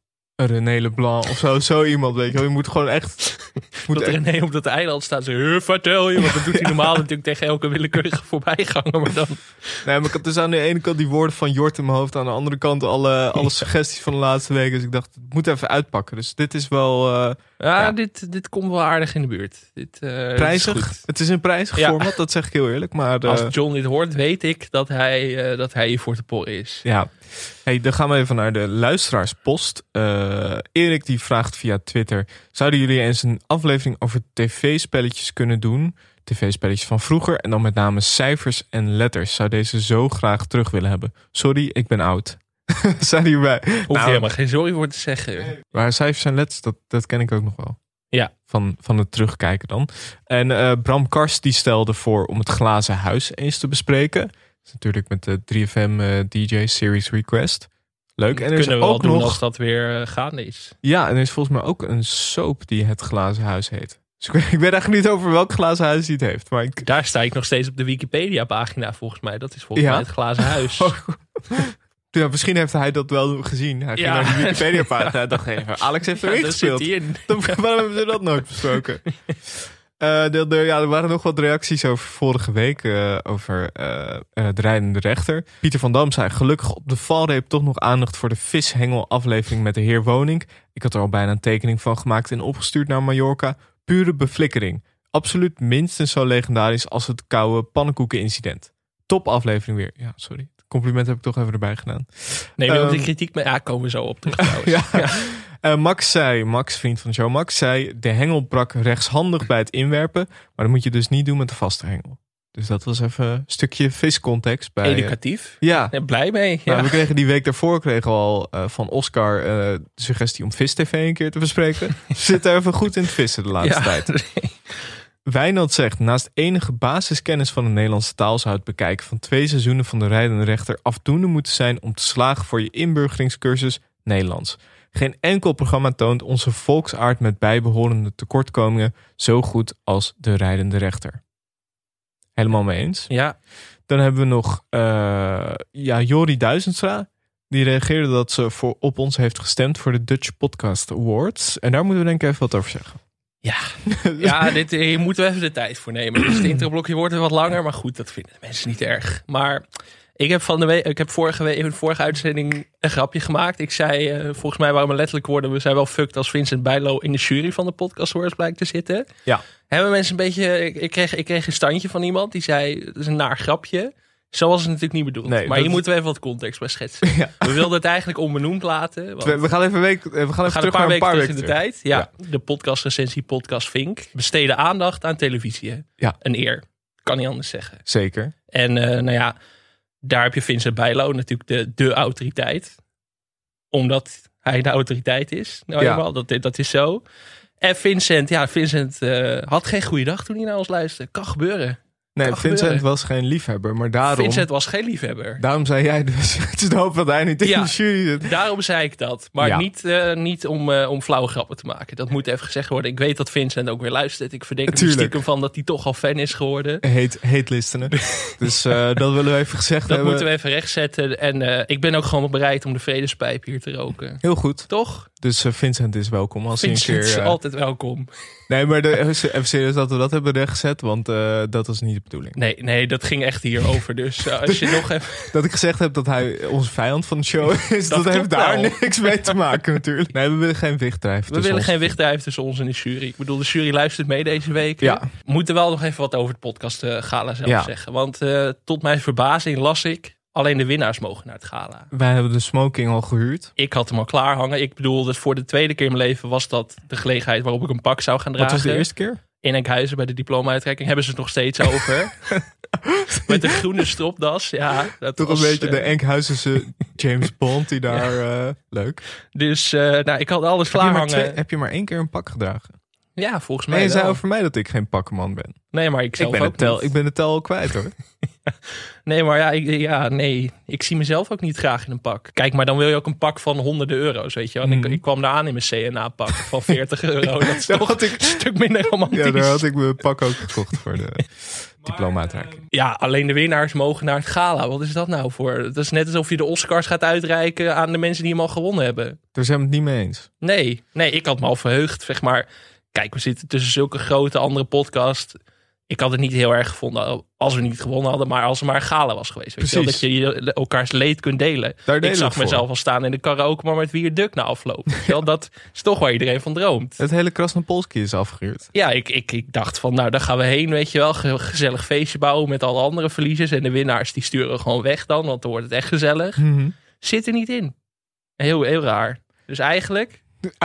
René Leblanc of zo iemand, weet je wel. Je moet gewoon echt...
René op dat eiland staat zo, vertel je. Want dat doet hij normaal natuurlijk tegen elke willekeurige voorbijganger. Maar dan...
Nee, maar ik had dus aan de ene kant die woorden van Jort in mijn hoofd. Aan de andere kant alle suggesties van de laatste weken. Dus ik dacht, het moet even uitpakken. Dus dit is wel...
Dit komt wel aardig in de buurt.
Prijzig.
Is goed.
Het is een prijzig format, dat zeg ik heel eerlijk. Maar,
als John dit hoort, weet ik dat hij hier voor te porren is.
Ja. Hey, dan gaan we even naar de luisteraarspost. Erik die vraagt via Twitter: zouden jullie eens een aflevering over tv-spelletjes kunnen doen? TV-spelletjes van vroeger en dan met name cijfers en letters. Zou deze zo graag terug willen hebben. Sorry, ik ben oud. Zijn hierbij?
Hoef je helemaal geen sorry voor te zeggen.
Maar cijfers en letters, dat ken ik ook nog wel.
Ja.
Van het terugkijken dan. En Bram Kars die stelde voor om het Glazen Huis eens te bespreken. Dat is natuurlijk met de 3FM DJ Series Request. Leuk. En er
kunnen we
ook
wel doen
nog
als dat weer gaande is.
Ja, en er is volgens mij ook een soap die Het Glazen Huis heet. Dus ik weet eigenlijk niet over welk glazen huis hij het heeft. Maar
Daar sta ik nog steeds op de Wikipedia-pagina volgens mij. Dat is volgens mij Het Glazen Huis.
Ja, misschien heeft hij dat wel gezien. Hij ging naar de Wikipedia-pagina en dacht even, Alex heeft erin gespeeld. Waarom hebben ze dat nooit besproken? Er waren nog wat reacties over vorige week over de rijdende rechter. Pieter van Dam zei: gelukkig op de valreep toch nog aandacht voor de vishengel aflevering met de heer Wonink. Ik had er al bijna een tekening van gemaakt en opgestuurd naar Mallorca. Pure beflikkering. Absoluut minstens zo legendarisch als het koude pannenkoeken-incident. Top aflevering weer. Ja, sorry. Compliment heb ik toch even erbij gedaan.
Nee, op de kritiek komen we zo op terug trouwens.
Max, vriend van de show, Max zei: de hengel brak rechtshandig bij het inwerpen, maar dat moet je dus niet doen met de vaste hengel. Dus dat was even een stukje viscontext.
Educatief.
Ja.
Blij mee. Ja.
Nou, we kregen die week daarvoor al van Oscar de suggestie om Vis TV een keer te bespreken. We zitten even goed in het vissen de laatste tijd. Wijnald zegt: naast enige basiskennis van de Nederlandse taal zou het bekijken van 2 seizoenen van de rijdende rechter afdoende moeten zijn om te slagen voor je inburgeringscursus Nederlands. Geen enkel programma toont onze volksaard met bijbehorende tekortkomingen zo goed als de rijdende rechter. Helemaal mee eens.
Ja.
Dan hebben we nog Jori Duizendstra. Die reageerde dat ze op ons heeft gestemd voor de Dutch Podcast Awards. En daar moeten we denk ik even wat over zeggen.
Ja, hier moeten we even de tijd voor nemen. Dus het introblokje wordt weer wat langer. Maar goed, dat vinden de mensen niet erg. Maar ik heb vorige uitzending een grapje gemaakt. Ik zei, volgens mij waren we letterlijk woorden: we zijn wel fucked als Vincent Bijlo in de jury van de Podcast Awards blijkt te zitten.
Ja.
Hebben mensen een beetje... Ik kreeg een standje van iemand die zei: dat is een naar grapje. Zo was het natuurlijk niet bedoeld. Nee, maar hier moeten we even wat context bij schetsen. Ja. We wilden het eigenlijk onbenoemd laten.
We gaan even terug naar een paar weken
in de tijd. Ja. De podcastrecensie Podcast Vink besteden aandacht aan televisie.
Ja.
Een eer. Kan niet anders zeggen.
Zeker.
En daar heb je Vincent Bijlo natuurlijk de autoriteit. Omdat hij de autoriteit is. Dat is zo. En Vincent had geen goede dag toen hij naar ons luisterde. Kan gebeuren.
Nee,
Kan
Vincent
gebeuren.
was geen liefhebber, maar daarom...
Vincent was geen liefhebber.
Daarom zei jij dus, het is de hoop dat hij niet in
Ja.
de jury zit.
Daarom zei ik dat. Maar
Ja.
niet om flauwe grappen te maken. Dat moet even gezegd worden. Ik weet dat Vincent ook weer luistert. Ik verdenk hem
Tuurlijk.
stiekem van dat hij toch al fan is geworden.
Hate listenen. Dus dat willen we even gezegd
Dat
hebben.
moeten we even rechtzetten. En ik ben ook gewoon bereid om de vredespijp hier te roken.
Heel goed.
Toch?
Dus Vincent is welkom als hij een
Vincent
keer...
is altijd welkom.
Nee, maar even serieus dat we dat hebben rechtgezet, want dat was niet de bedoeling.
Nee, dat ging echt hierover. Dus als je nog even...
Dat ik gezegd heb dat hij onze vijand van de show is, dat heeft
klopt
daar
wel.
niks mee te maken natuurlijk. Nee, we willen geen wichtdrijf.
We willen geen wichtdrijf tussen ons en de jury. Ik bedoel, de jury luistert mee deze week.
Ja.
We moeten wel nog even wat over het podcast gala zelf
Ja.
zeggen. Want tot mijn verbazing las ik... alleen de winnaars mogen naar het gala.
Wij hebben de smoking al gehuurd.
Ik had hem al klaar hangen. Ik bedoel, dus voor de tweede keer in mijn leven was dat de gelegenheid waarop ik een pak zou gaan dragen.
Wat was de eerste keer?
In Enkhuizen bij de diploma-uitreiking hebben ze het nog steeds over. Met een groene stropdas. Ja, dat
Toch
was,
een beetje de Enkhuizense James Bond die daar... leuk.
Dus ik had alles klaar hangen.
Heb je maar 1 keer een pak gedragen?
Ja, volgens
En
mij
je zei
wel.
over mij dat ik geen pakkenman ben.
Nee, maar ik zelf ook niet.
Ik ben de tel al kwijt hoor.
Nee, maar ik zie mezelf ook niet graag in een pak. Kijk, maar dan wil je ook een pak van honderden euro's, weet je wel. En ik kwam daar aan in mijn CNA-pak van 40 euro. Dat is
Daar
toch
had ik-
een stuk minder romantisch.
Ja, daar had ik mijn pak ook gekocht voor de diploma-uitreiking.
Ja, alleen de winnaars mogen naar het gala. Wat is dat nou voor? Dat is net alsof je de Oscars gaat uitreiken aan de mensen die hem al gewonnen hebben.
Daar zijn we het niet mee eens.
Nee, ik had me al verheugd, zeg maar. Kijk, we zitten tussen zulke grote andere podcasts. Ik had het niet heel erg gevonden als we niet gewonnen hadden, maar als er maar een gala was geweest. Weet je wel, dat
Precies.
je elkaars leed kunt delen.
Daar
Ik
delen we
zag
het voor.
mezelf al staan in de karaoke, maar met Wie Duk na afloop. Weet je wel, dat is toch waar iedereen van droomt.
Het hele Krasnopolski is afgehuurd.
Ja, ik dacht van, nou, daar gaan we heen, weet je wel. Gezellig feestje bouwen met alle andere verliezers. En de winnaars, die sturen we gewoon weg dan, want dan wordt het echt gezellig. Zit er niet in. Heel, heel raar. Dus eigenlijk...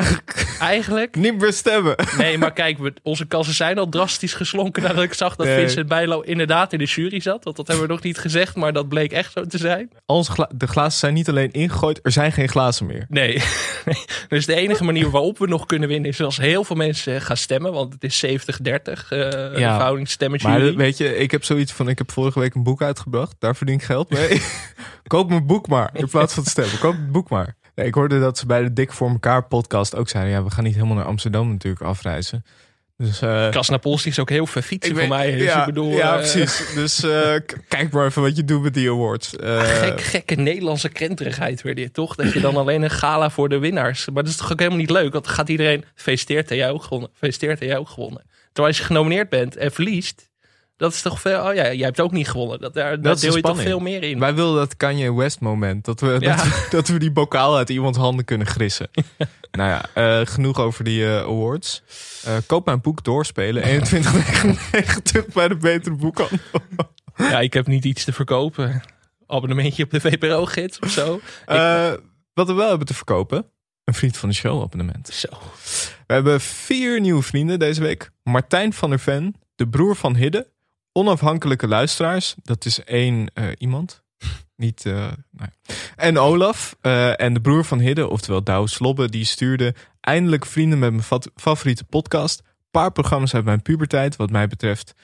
Niet meer stemmen.
Nee, maar kijk, onze kansen zijn al drastisch geslonken nadat ik zag dat
Nee.
Vincent Bijlo inderdaad in de jury zat. Want dat hebben we nog niet gezegd, maar dat bleek echt zo te zijn.
De glazen zijn niet alleen ingegooid, er zijn geen glazen meer.
Nee. Dus de enige manier waarop we nog kunnen winnen is als heel veel mensen gaan stemmen. Want het is 70-30, de verhouding stemmen-jury.
Maar weet je, ik heb zoiets van, ik heb vorige week een boek uitgebracht. Daar verdien ik geld mee. Koop mijn boek maar, in plaats van te stemmen. Koop het boek maar. Nee, ik hoorde dat ze bij de Dik voor elkaar podcast ook zeiden, ja, we gaan niet helemaal naar Amsterdam natuurlijk afreizen. Dus,
Krasnapolski is ook heel ver fietsen voor mij. Dus
ja,
ik bedoel,
ja, precies. Dus kijk maar even wat je doet met die awards.
gekke Nederlandse krenterigheid weer dit, toch? Dat je dan alleen een gala voor de winnaars. Maar dat is toch ook helemaal niet leuk? Want dan gaat iedereen, gefeliciteerd en jij ook gewonnen. Gefeliciteerd en jij ook gewonnen. Terwijl als je genomineerd bent en verliest, dat is toch veel... Oh ja, jij hebt ook niet gewonnen. Daar
Dat is
deel
de
je toch
spanning.
veel meer in.
Wij wilden dat Kanye West moment. Dat we die bokaal uit iemands handen kunnen grissen. Nou ja, genoeg over die awards. Koop mijn boek Doorspelen. 21,99 bij de betere boekhandel.
Ja, ik heb niet iets te verkopen. Abonnementje op de VPRO-gids of zo.
Wat we wel hebben te verkopen. Een vriend van de show abonnement.
Zo.
We hebben 4 nieuwe vrienden deze week. Martijn van der Ven. De broer van Hidde. Onafhankelijke luisteraars. Dat is 1 iemand. Niet, nou ja. En Olaf. En de broer van Hidde, oftewel Douwe Slobbe, die stuurde eindelijk vrienden met mijn favoriete podcast. Paar programma's uit mijn puberteit, wat mij betreft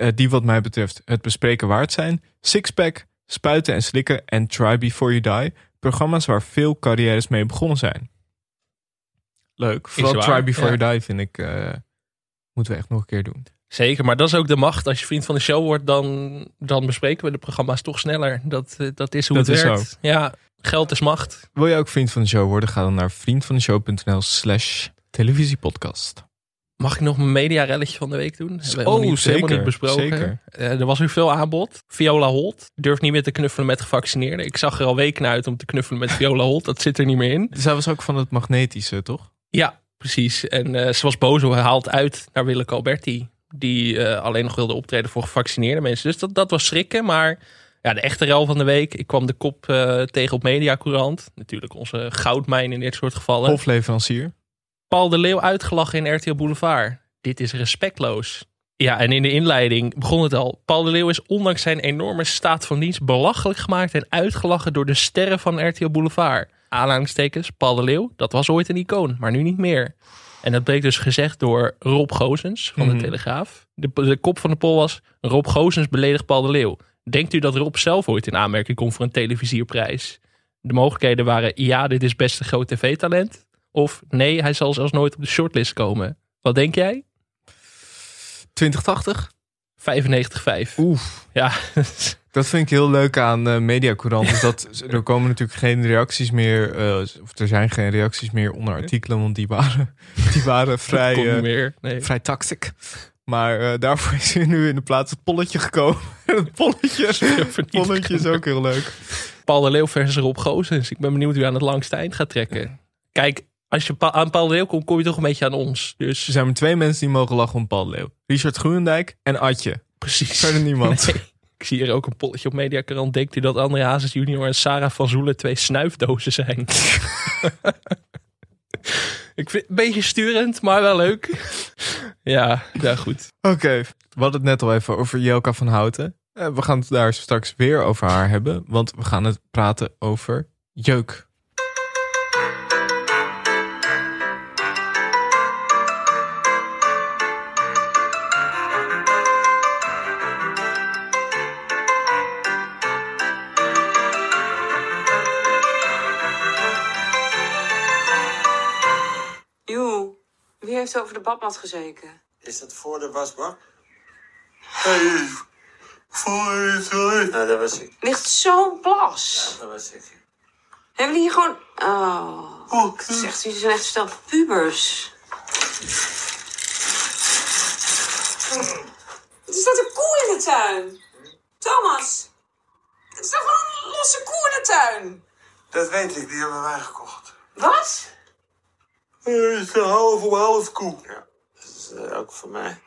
het bespreken waard zijn. Sixpack, Spuiten en Slikken en Try Before You Die. Programma's waar veel carrières mee begonnen zijn. Leuk. Vooral
waar,
Try Before
ja.
You Die vind ik, moeten we echt nog een keer doen.
Zeker, maar dat is ook de macht. Als je vriend van de show wordt, dan bespreken we de programma's toch sneller. Dat is hoe
Dat
het
is
werkt.
zo.
Ja, geld is macht.
Wil je ook vriend van de show worden? Ga dan naar vriendvandeshow.nl/televisiepodcast.
Mag ik nog mijn mediarelletje van de week doen? Hebben we helemaal
zeker.
niet besproken.
Zeker.
Er was weer veel aanbod. Viola Holt durft niet meer te knuffelen met gevaccineerden. Ik zag er al weken uit om te knuffelen met Viola Holt. Dat zit er niet meer in.
Zij was ook van het magnetische, toch?
Ja, precies. En ze was boos gehaald uit naar Willeke Alberti. Die alleen nog wilde optreden voor gevaccineerde mensen. Dus dat was schrikken. Maar ja, de echte rel van de week. Ik kwam de kop tegen op Mediacourant. Natuurlijk onze goudmijn in dit soort gevallen.
Hofleverancier.
Paul de Leeuw uitgelachen in RTL Boulevard. Dit is respectloos. Ja, en in de inleiding begon het al. Paul de Leeuw is ondanks zijn enorme staat van dienst belachelijk gemaakt en uitgelachen door de sterren van RTL Boulevard. Aanhalingstekens, Paul de Leeuw, dat was ooit een icoon, maar nu niet meer. En dat bleek dus gezegd door Rob Gozens van de Telegraaf. De kop van de poll was: Rob Goossens beledigt Paul de Leeuw. Denkt u dat Rob zelf ooit in aanmerking komt voor een televisierprijs? De mogelijkheden waren: ja, dit is best een groot tv-talent. Of nee, hij zal zelfs nooit op de shortlist komen. Wat denk jij?
2080?
95,5.
Oef.
Ja.
Dat vind ik heel leuk aan Mediacourant. Is dat er komen natuurlijk geen reacties meer. Of er zijn geen reacties meer onder artikelen. Want die waren vrij toxic. Maar daarvoor is er nu in de plaats het polletje gekomen. Het polletje is ook heel leuk.
Paul de Leeuw versus Rob Goossens. Ik ben benieuwd wie aan het langste eind gaat trekken. Kijk, als je aan Paul de Leeuw komt, kom je toch een beetje aan ons. Dus
er zijn maar 2 mensen die mogen lachen om Paul de Leeuw. Richard Groenendijk en Adje.
Precies.
Verder niemand.
Nee. Ik zie hier ook een polletje op Mediacourant. Denkt u dat André Hazes junior en Sarah van Zoelen 2 snuifdozen zijn? Ik vind het een beetje sturend, maar wel leuk. Ja, goed.
Oké, we hadden het net al even over Jelka van Houten. We gaan het daar straks weer over haar hebben. Want we gaan het praten over jeuk.
Wie heeft over de badmat gezeken?
Is dat voor de wasbak?
Hey, voor
Nou, dat was ik.
Ligt zo'n plas.
Dat was ik.
Hebben jullie hier gewoon... Oh, ik zeg, jullie zijn echt een stel pubers. Er staat een koe in de tuin. Thomas. Er staat gewoon een losse koe in de tuin.
Dat weet ik, die hebben wij gekocht.
Wat?
Het is een half koe.
Ja, dat is ook voor mij.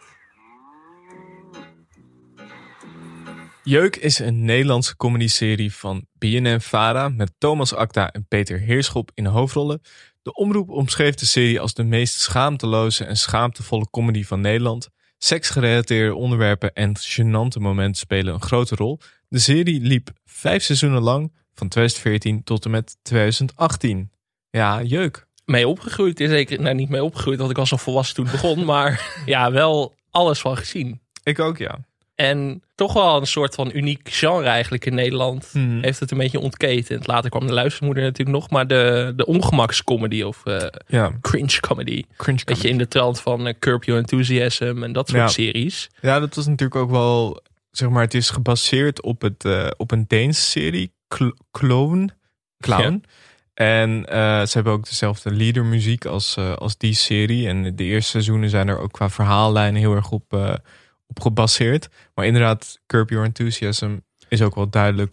Jeuk is een Nederlandse comedyserie van BNN-Vara met Thomas Akda en Peter Heerschop in de hoofdrollen. De omroep omschreef de serie als de meest schaamteloze en schaamtevolle comedy van Nederland. Seksgerelateerde onderwerpen en gênante momenten spelen een grote rol. De serie liep 5 seizoenen lang, van 2014 tot en met 2018. Ja, jeuk.
Mee opgegroeid is zeker... Nou, niet mee opgegroeid, want ik was al volwassen toen het begon. Maar ja, wel alles van gezien.
Ik ook, ja.
En toch wel een soort van uniek genre eigenlijk in Nederland. Heeft het een beetje ontketend. Later kwam de luistermoeder natuurlijk nog. Maar de ongemakscomedy of cringe comedy. Beetje in de trant van Curb Your Enthusiasm en dat soort series.
Ja, dat was natuurlijk ook wel... Zeg maar, het is gebaseerd op een Deense serie. Clown.
Ja.
En ze hebben ook dezelfde liedermuziek als die serie. En de eerste seizoenen zijn er ook qua verhaallijnen heel erg op gebaseerd. Maar inderdaad, Curb Your Enthusiasm is ook wel duidelijk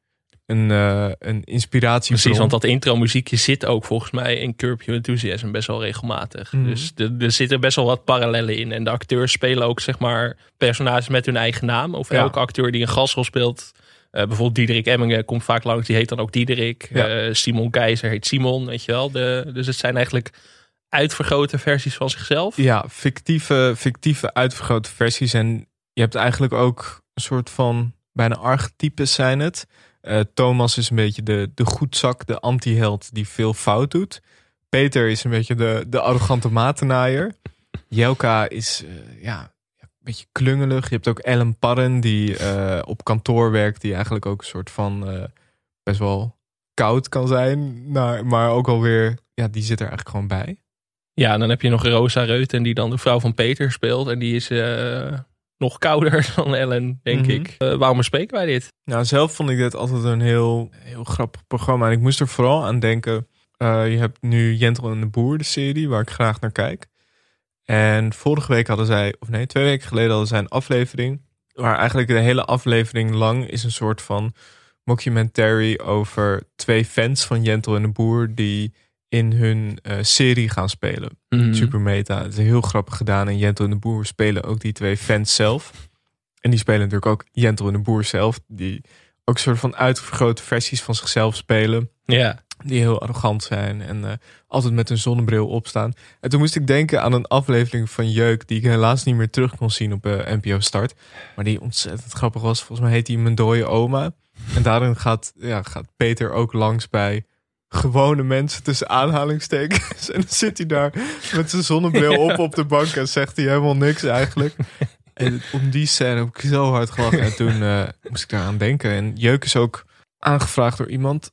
een inspiratie.
Precies, want dat intro muziekje zit ook volgens mij in Curb Your Enthusiasm best wel regelmatig. Dus er zitten best wel wat parallellen in. En de acteurs spelen ook zeg maar personages met hun eigen naam. Of elke acteur die een gastrol speelt. Bijvoorbeeld Diederik Emmingen komt vaak langs. Die heet dan ook Diederik. Ja. Simon Keizer heet Simon, weet je wel. Dus het zijn eigenlijk uitvergrote versies van zichzelf. Ja,
fictieve uitvergrote versies. En je hebt eigenlijk ook een soort van bijna archetypes zijn het. Thomas is een beetje de goedzak, de anti-held die veel fout doet. Peter is een beetje de arrogante matenaaier. Jelka is een beetje klungelig. Je hebt ook Ellen Parren die op kantoor werkt. Die eigenlijk ook een soort van best wel koud kan zijn. Maar ook alweer, die zit er eigenlijk gewoon bij.
Ja, en dan heb je nog Rosa Reuten die dan de vrouw van Peter speelt. En die is nog kouder dan Ellen, denk ik. Waarom bespreken wij dit?
Nou, zelf vond ik dit altijd een heel grappig programma. En ik moest er vooral aan denken. Je hebt nu Jentel en de Boer, de serie, waar ik graag naar kijk. En vorige week 2 weken geleden hadden zij een aflevering. Waar eigenlijk de hele aflevering lang is een soort van mockumentary over 2 fans van Jentel en de Boer die in hun serie gaan spelen. Super meta. Het is heel grappig gedaan. En Jentel en de Boer spelen ook die 2 fans zelf. En die spelen natuurlijk ook Jentel en de Boer zelf. Die ook een soort van uitvergrote versies van zichzelf spelen.
Ja.
Die heel arrogant zijn en altijd met een zonnebril opstaan. En toen moest ik denken aan een aflevering van Jeuk die ik helaas niet meer terug kon zien op NPO Start. Maar die ontzettend grappig was. Volgens mij heet die Mijn dode oma. En daarin gaat Peter ook langs bij gewone mensen tussen aanhalingstekens. En dan zit hij daar met zijn zonnebril op de bank en zegt hij helemaal niks eigenlijk. En om die scène heb ik zo hard gelachen. En toen moest ik daaraan denken. En jeuk is ook aangevraagd door iemand.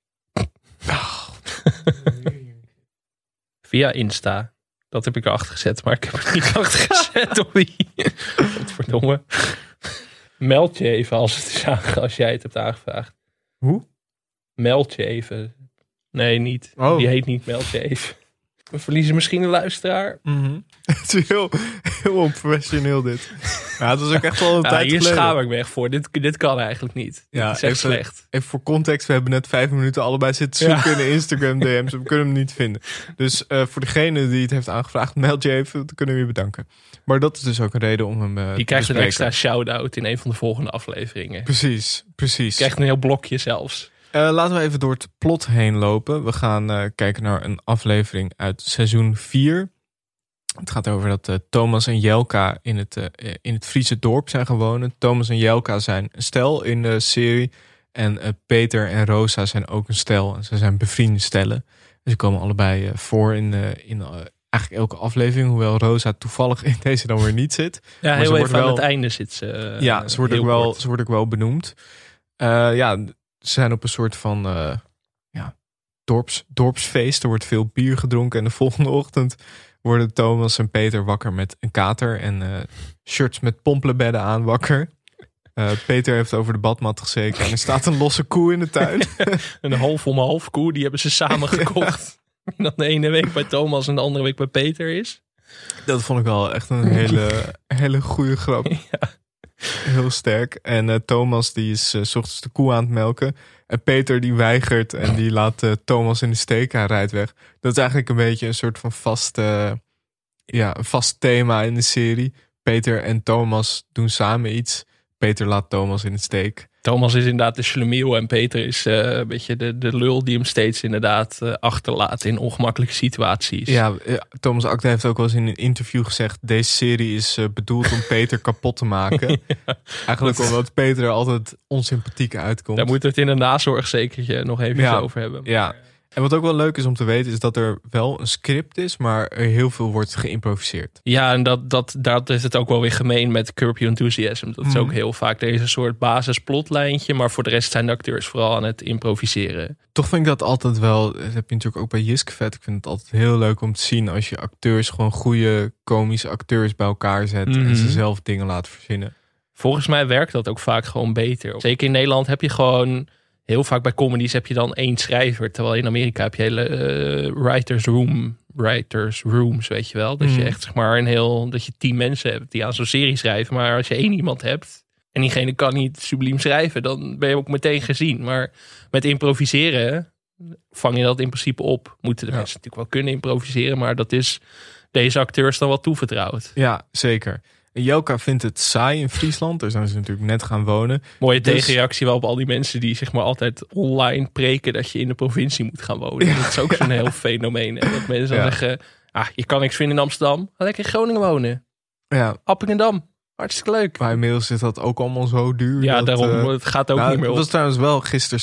Via Insta. Dat heb ik erachter gezet, maar ik heb het niet achter gezet op die. Godverdomme. Meld je even als jij het hebt aangevraagd.
Hoe?
Meld je even. Nee, niet.
Oh.
Die heet niet meld je even. We verliezen misschien een luisteraar.
Het is heel onprofessioneel dit. Ja, het was ook echt wel een tijd
hier
geleden.
schaam ik me echt voor. Dit kan eigenlijk niet.
Ja,
dit is echt slecht.
Even voor context, we hebben net 5 minuten allebei zitten zoeken in de Instagram DM's. We kunnen hem niet vinden. Dus voor degene die het heeft aangevraagd, meld je even. Dan kunnen we je bedanken. Maar dat is dus ook een reden om hem
Die krijgt
te
een
bespreken.
extra shout-out in een van de volgende afleveringen.
Precies.
Krijgt een heel blokje zelfs.
Laten we even door het plot heen lopen. We gaan kijken naar een aflevering uit seizoen 4. Het gaat over dat Thomas en Jelka in het Friese dorp zijn gewoond. Thomas en Jelka zijn een stel in de serie. En Peter en Rosa zijn ook een stel. En ze zijn bevriende stellen. En ze komen allebei voor in eigenlijk elke aflevering. Hoewel Rosa toevallig in deze dan weer niet zit.
Ja,
Maar
heel
ze
even
wordt
aan
wel-
het einde zit ze.
Ja, ze wordt ook wel benoemd. Ze zijn op een soort van dorpsfeest. Er wordt veel bier gedronken. En de volgende ochtend worden Thomas en Peter wakker met een kater. En shirts met pompelenbedden aan wakker. Peter heeft over de badmat gezeken. En er staat een losse koe in de tuin.
Een half om half koe, die hebben ze samen gekocht. En dan de ene week bij Thomas en de andere week bij Peter is.
Dat vond ik wel echt een hele goede grap.
Ja.
Heel sterk. En Thomas die is 's ochtends de koe aan het melken. En Peter die weigert en die laat Thomas in de steek. Hij rijdt weg. Dat is eigenlijk een beetje een soort van vast thema in de serie. Peter en Thomas doen samen iets. Peter laat Thomas in de steek.
Thomas is inderdaad de schlemiel en Peter is een beetje de lul die hem steeds inderdaad achterlaat in ongemakkelijke situaties.
Ja, Thomas Akda heeft ook wel eens in een interview gezegd... deze serie is bedoeld om Peter kapot te maken. Eigenlijk omdat Peter er altijd onsympathiek uitkomt.
Daar moeten we het in een nazorgzekertje nog even over hebben.
Ja, en wat ook wel leuk is om te weten... is dat er wel een script is, maar er heel veel wordt geïmproviseerd.
Ja, en dat is het ook wel weer gemeen met Curb Your Enthusiasm. Dat is ook heel vaak deze soort basisplotlijntje, maar voor de rest zijn de acteurs vooral aan het improviseren.
Toch vind ik dat altijd wel... dat heb je natuurlijk ook bij Jiskvet. Ik vind het altijd heel leuk om te zien... als je acteurs, gewoon goede komische acteurs bij elkaar zet... en ze zelf dingen laten verzinnen.
Volgens mij werkt dat ook vaak gewoon beter. Zeker in Nederland heb je gewoon... Heel vaak bij comedies heb je dan 1 schrijver. Terwijl in Amerika heb je hele writers rooms, weet je wel. Dat je echt zeg maar dat je 10 mensen hebt die aan zo'n serie schrijven. Maar als je 1 iemand hebt en diegene kan niet subliem schrijven, dan ben je ook meteen gezien. Maar met improviseren vang je dat in principe op. Moeten de mensen natuurlijk wel kunnen improviseren, maar dat is deze acteurs dan wel toevertrouwd.
Ja, zeker. Jelka vindt het saai in Friesland. Daar zijn ze natuurlijk net gaan wonen.
Mooie tegenreactie wel op al die mensen die zeg maar altijd online preken dat je in de provincie moet gaan wonen. Dat is ook zo'n heel fenomeen. Hè? Dat mensen dan zeggen, je kan niks vinden in Amsterdam. Ga lekker in Groningen wonen.
Ja.
Appingedam. Hartstikke leuk.
Maar inmiddels is dat ook allemaal zo duur.
Ja,
dat,
daarom. Het gaat ook niet meer
Het
op.
was trouwens wel,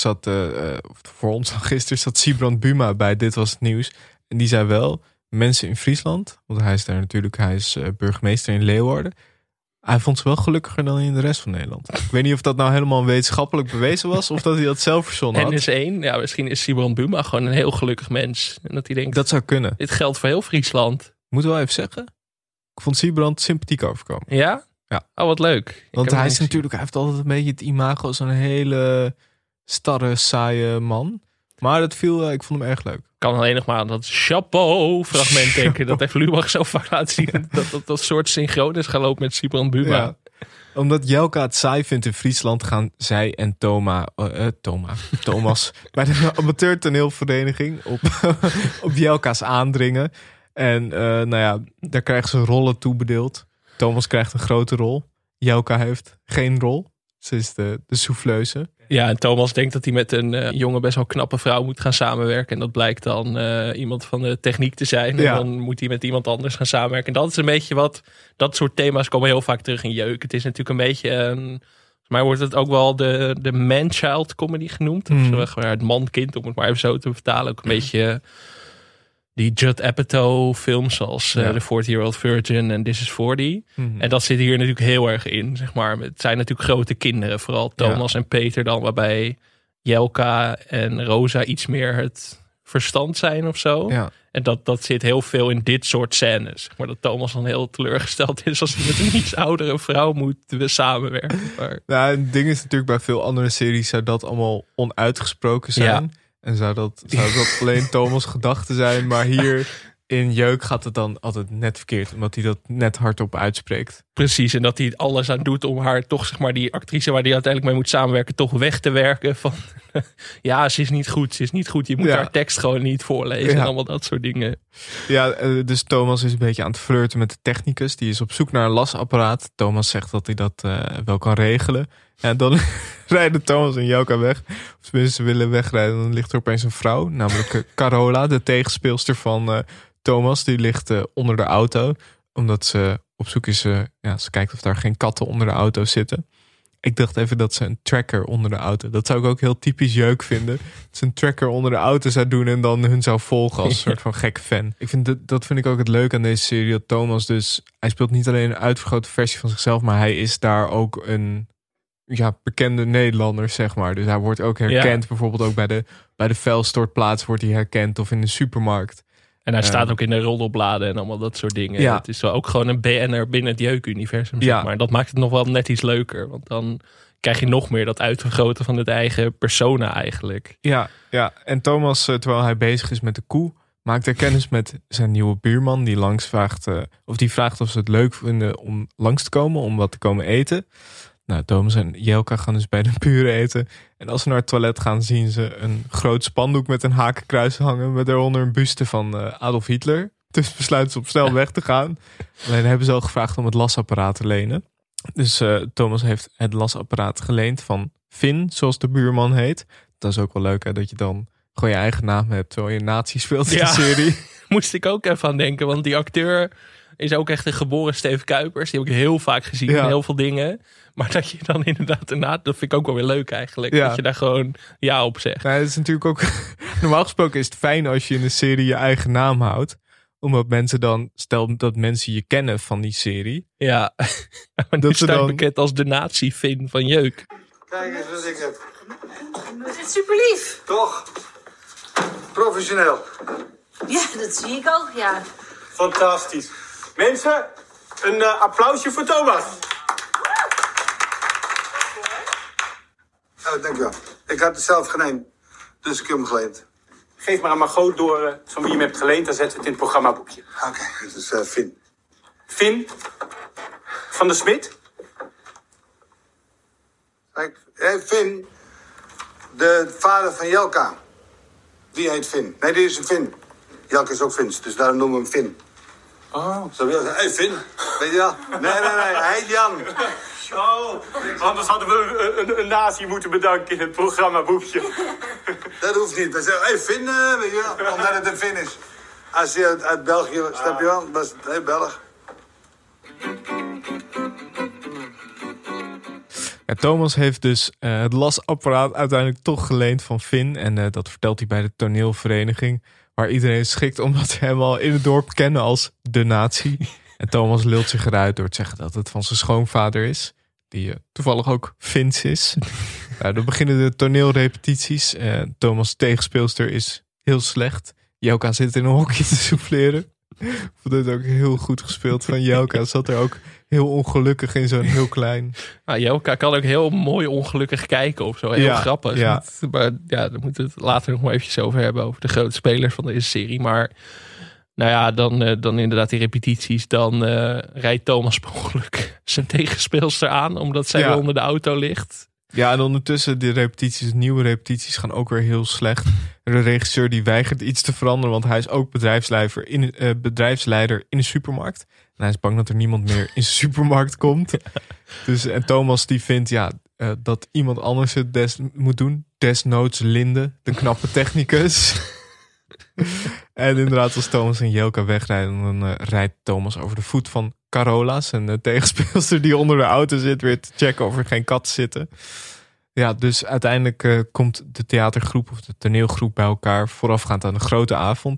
gisteren zat Sibrand Buma bij Dit Was Het Nieuws. En die zei wel, mensen in Friesland, want hij is burgemeester in Leeuwarden. Hij vond ze wel gelukkiger dan in de rest van Nederland. Ik weet niet of dat nou helemaal wetenschappelijk bewezen was of dat hij dat zelf verzonnen
En
had.
is 1, misschien is Sibrand Buma gewoon een heel gelukkig mens. En dat hij denkt,
Dat zou kunnen.
dit geldt voor heel Friesland.
Moet wel even zeggen. Ik vond Sibrand sympathiek overkomen.
Ja?
Ja.
Oh, wat leuk.
Want hij heeft altijd een beetje het imago als een hele starre, saaie man. Maar ik vond hem erg leuk.
Kan alleen nog maar aan dat chapeau fragment denken. Dat heeft Lubach zo vaak laten zien. Dat soort synchroon is gaan lopen met Sibrand Buma.
Ja. Omdat Jelka het saai vindt in Friesland, gaan zij en Thomas bij de amateur toneelvereniging op Jelka's aandringen. En daar krijgen ze rollen toebedeeld. Thomas krijgt een grote rol. Jelka heeft geen rol. Ze is de souffleuse.
Ja, en Thomas denkt dat hij met een jonge, best wel knappe vrouw moet gaan samenwerken. En dat blijkt dan iemand van de techniek te zijn. En dan moet hij met iemand anders gaan samenwerken. En dat is een beetje dat soort thema's komen heel vaak terug in Jeuk. Het is natuurlijk een beetje, volgens mij wordt het ook wel de man-child comedy genoemd. Of het man-kind, om het maar even zo te vertalen. Ook een beetje die Judd Apatow films zoals The 40-Year-Old Virgin en This is 40.
Mhm.
En dat zit hier natuurlijk heel erg in, zeg maar. Het zijn natuurlijk grote kinderen, vooral Thomas en Peter dan, waarbij Jelka en Rosa iets meer het verstand zijn of zo.
Ja.
En dat zit heel veel in dit soort scènes. Zeg maar dat Thomas dan heel teleurgesteld is als hij met een iets oudere vrouw moet samenwerken. Maar...
Nou, het ding is natuurlijk bij veel andere series zou dat allemaal onuitgesproken zijn.
Ja.
En zou dat alleen Thomas' gedachten zijn. Maar hier in Jeuk gaat het dan altijd net verkeerd. Omdat hij dat net hardop uitspreekt.
Precies, en dat hij alles aan doet om haar toch, zeg maar, die actrice waar hij uiteindelijk mee moet samenwerken, toch weg te werken. Van ja, ze is niet goed. Je moet haar tekst gewoon niet voorlezen en allemaal dat soort dingen.
Ja, dus Thomas is een beetje aan het flirten met de technicus. Die is op zoek naar een lasapparaat. Thomas zegt dat hij dat wel kan regelen. En dan rijden Thomas en Jelka weg. Of tenminste, ze willen wegrijden. Dan ligt er opeens een vrouw, namelijk Carola, de tegenspeelster van Thomas. Die ligt onder de auto. Omdat ze op zoek is, ze kijkt of daar geen katten onder de auto zitten. Ik dacht even dat ze een tracker onder de auto. Dat zou ik ook heel typisch Jeuk vinden. Dat ze een tracker onder de auto zou doen en dan hun zou volgen als een soort van gekke fan. Dat vind ik ook het leuke aan deze serie. Dat Thomas dus, hij speelt niet alleen een uitvergrote versie van zichzelf, maar hij is daar ook een bekende Nederlander, zeg maar. Dus hij wordt ook herkend. Bijvoorbeeld ook bij de vuilstortplaats wordt hij herkend of in de supermarkt.
En hij staat ook in de roddelbladen en allemaal dat soort dingen.
Ja.
Het is wel ook gewoon een BN'er binnen het Jeuk-universum, zeg maar. Dat maakt het nog wel net iets leuker. Want dan krijg je nog meer dat uitvergroten van het eigen persona eigenlijk.
Ja. En Thomas, terwijl hij bezig is met de koe, maakt hij kennis met zijn nieuwe buurman. Die die vraagt of ze het leuk vinden om langs te komen, om wat te komen eten. Nou, Thomas en Jelka gaan dus bij de buren eten. En als ze naar het toilet gaan, zien ze een groot spandoek met een hakenkruis hangen. Met daaronder een buste van Adolf Hitler. Dus besluiten ze op snel weg te gaan. Alleen hebben ze al gevraagd om het lasapparaat te lenen. Dus Thomas heeft het lasapparaat geleend van Finn, zoals de buurman heet. Dat is ook wel leuk, hè, dat je dan gewoon je eigen naam hebt terwijl je nazi speelt in de serie.
Moest ik ook even aan denken, want die acteur is ook echt een geboren Steve Kuipers. Die heb ik heel vaak gezien in heel veel dingen. Maar dat je dan inderdaad dat vind ik ook wel weer leuk eigenlijk.
Ja.
Dat je daar gewoon ja op zegt.
Nou, het is natuurlijk ook normaal gesproken is het fijn als je in een serie je eigen naam houdt. Omdat mensen dan, stel dat mensen je kennen van die serie.
Ja, maar nu sta ik bekend als de nazi-Finn van Jeuk.
Kijk eens wat ik heb.
Het is super lief.
Toch? Professioneel.
Ja, dat zie ik ook, ja.
Fantastisch. Mensen, een applausje voor Thomas. Oh, dankjewel. Ik had het zelf geleend, dus ik heb hem geleend.
Geef maar aan Margot door van wie je hem hebt geleend. Dan zetten we het in het programmaboekje.
Oké, het is Finn.
Finn van der Smit.
Kijk, Finn, de vader van Jelka. Die heet Finn. Nee, die is een Finn. Jelka is ook Fins, dus daarom noemen we hem Finn.
Oh.
Zo wil zeggen, hey Finn. Weet je wel? Nee, hij heet Jan.
Oh, anders hadden we een nazi moeten bedanken in het programmaboekje.
Dat hoeft niet. Dan zeggen hey Finn, weet je wel, omdat het een Finn is. Als je uit België, snap je wel, dat is het heel Belg.
Ja, Thomas heeft dus het lasapparaat uiteindelijk toch geleend van Finn. En dat vertelt hij bij de toneelvereniging. Waar iedereen schikt omdat ze hem al in het dorp kennen als de nazi. En Thomas lult zich eruit door te zeggen dat het van zijn schoonvader is. Die toevallig ook Fins is. Dan beginnen de toneelrepetities. Thomas' tegenspeelster is heel slecht. Jelka zit in een hokje te souffleren. Ik vond het ook heel goed gespeeld van Jelka. Zat er ook heel ongelukkig in zo'n heel klein...
Nou, Jelka kan ook heel mooi ongelukkig kijken of zo. Heel grappig.
Ja.
Maar ja, daar moeten we het later nog maar eventjes over hebben. Over de grote spelers van deze serie. Maar nou ja, dan inderdaad die repetities. Dan rijdt Thomas per ongeluk zijn tegenspeelster aan. Omdat zij weer onder de auto ligt.
Ja, en ondertussen de nieuwe repetities gaan ook weer heel slecht. De regisseur die weigert iets te veranderen, want hij is ook bedrijfsleider in de supermarkt. En hij is bang dat er niemand meer in de supermarkt komt. Dus, en Thomas die vindt dat iemand anders het moet doen. Desnoods Linde, de knappe technicus. En inderdaad, als Thomas en Jelka wegrijden, dan rijdt Thomas over de voet van Carola's. En de tegenspeelster die onder de auto zit weer te checken of er geen katten zitten. Ja, dus uiteindelijk komt de theatergroep of de toneelgroep bij elkaar voorafgaand aan de grote avond.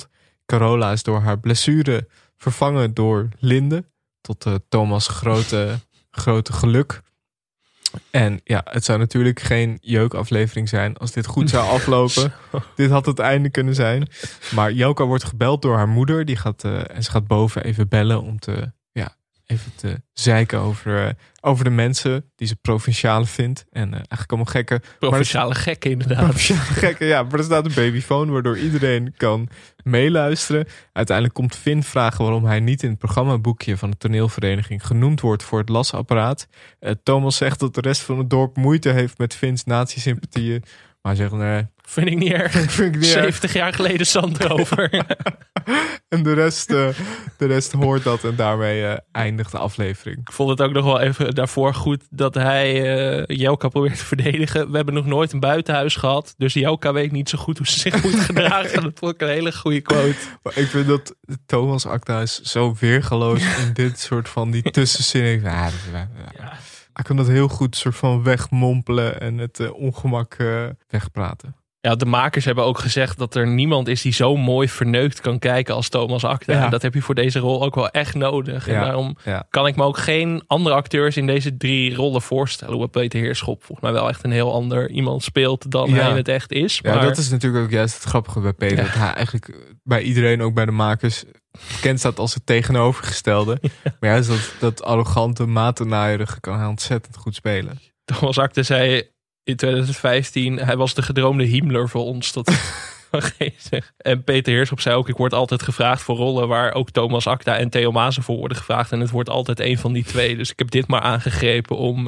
Carola is door haar blessure vervangen door Linde. Tot Thomas' grote geluk. En ja, het zou natuurlijk geen jeukaflevering zijn als dit goed zou aflopen. Dit had het einde kunnen zijn. Maar Jelka wordt gebeld door haar moeder. En ze gaat boven even bellen om even te zeiken over de mensen die ze provinciale vindt. En eigenlijk allemaal gekken.
Provinciale gekken inderdaad.
Provinciale gekken, ja. Maar er staat een babyfoon waardoor iedereen kan meeluisteren. Uiteindelijk komt Finn vragen waarom hij niet in het programmaboekje van de toneelvereniging genoemd wordt voor het lasapparaat. Thomas zegt dat de rest van het dorp moeite heeft met Finns nazi-sympathieën. Maar hij zegt, nee.
Vind ik niet erg. 70 jaar geleden zand erover.
En de rest hoort dat en daarmee eindigt de aflevering.
Ik vond het ook nog wel even daarvoor goed dat hij Jelka probeert te verdedigen. We hebben nog nooit een buitenhuis gehad. Dus Jelka weet niet zo goed hoe ze zich moet gedragen. Dat vond ik een hele goede quote.
Maar ik vind dat Thomas Acta is zo weergeloos in dit soort van die tussenzinnen. Ja. Hij kan dat heel goed soort van wegmompelen en het ongemak wegpraten.
Ja, de makers hebben ook gezegd dat er niemand is die zo mooi verneukt kan kijken als Thomas Acta. Ja. En dat heb je voor deze rol ook wel echt nodig. En daarom kan ik me ook geen andere acteurs in deze 3 rollen voorstellen. Hoewel Peter Heerschop volgens mij wel echt een heel ander iemand speelt dan hij in het echt is. Maar...
Ja, dat is natuurlijk ook juist het grappige bij Peter. Dat hij eigenlijk bij iedereen, ook bij de makers, bekend staat als het tegenovergestelde. Maar juist dat arrogante, matennaaierige kan hij ontzettend goed spelen.
Thomas Acta zei in 2015, hij was de gedroomde Himmler voor ons. En Peter Heerschop zei ook, ik word altijd gevraagd voor rollen waar ook Thomas Acta en Theo Maassen voor worden gevraagd. En het wordt altijd een van die 2. Dus ik heb dit maar aangegrepen om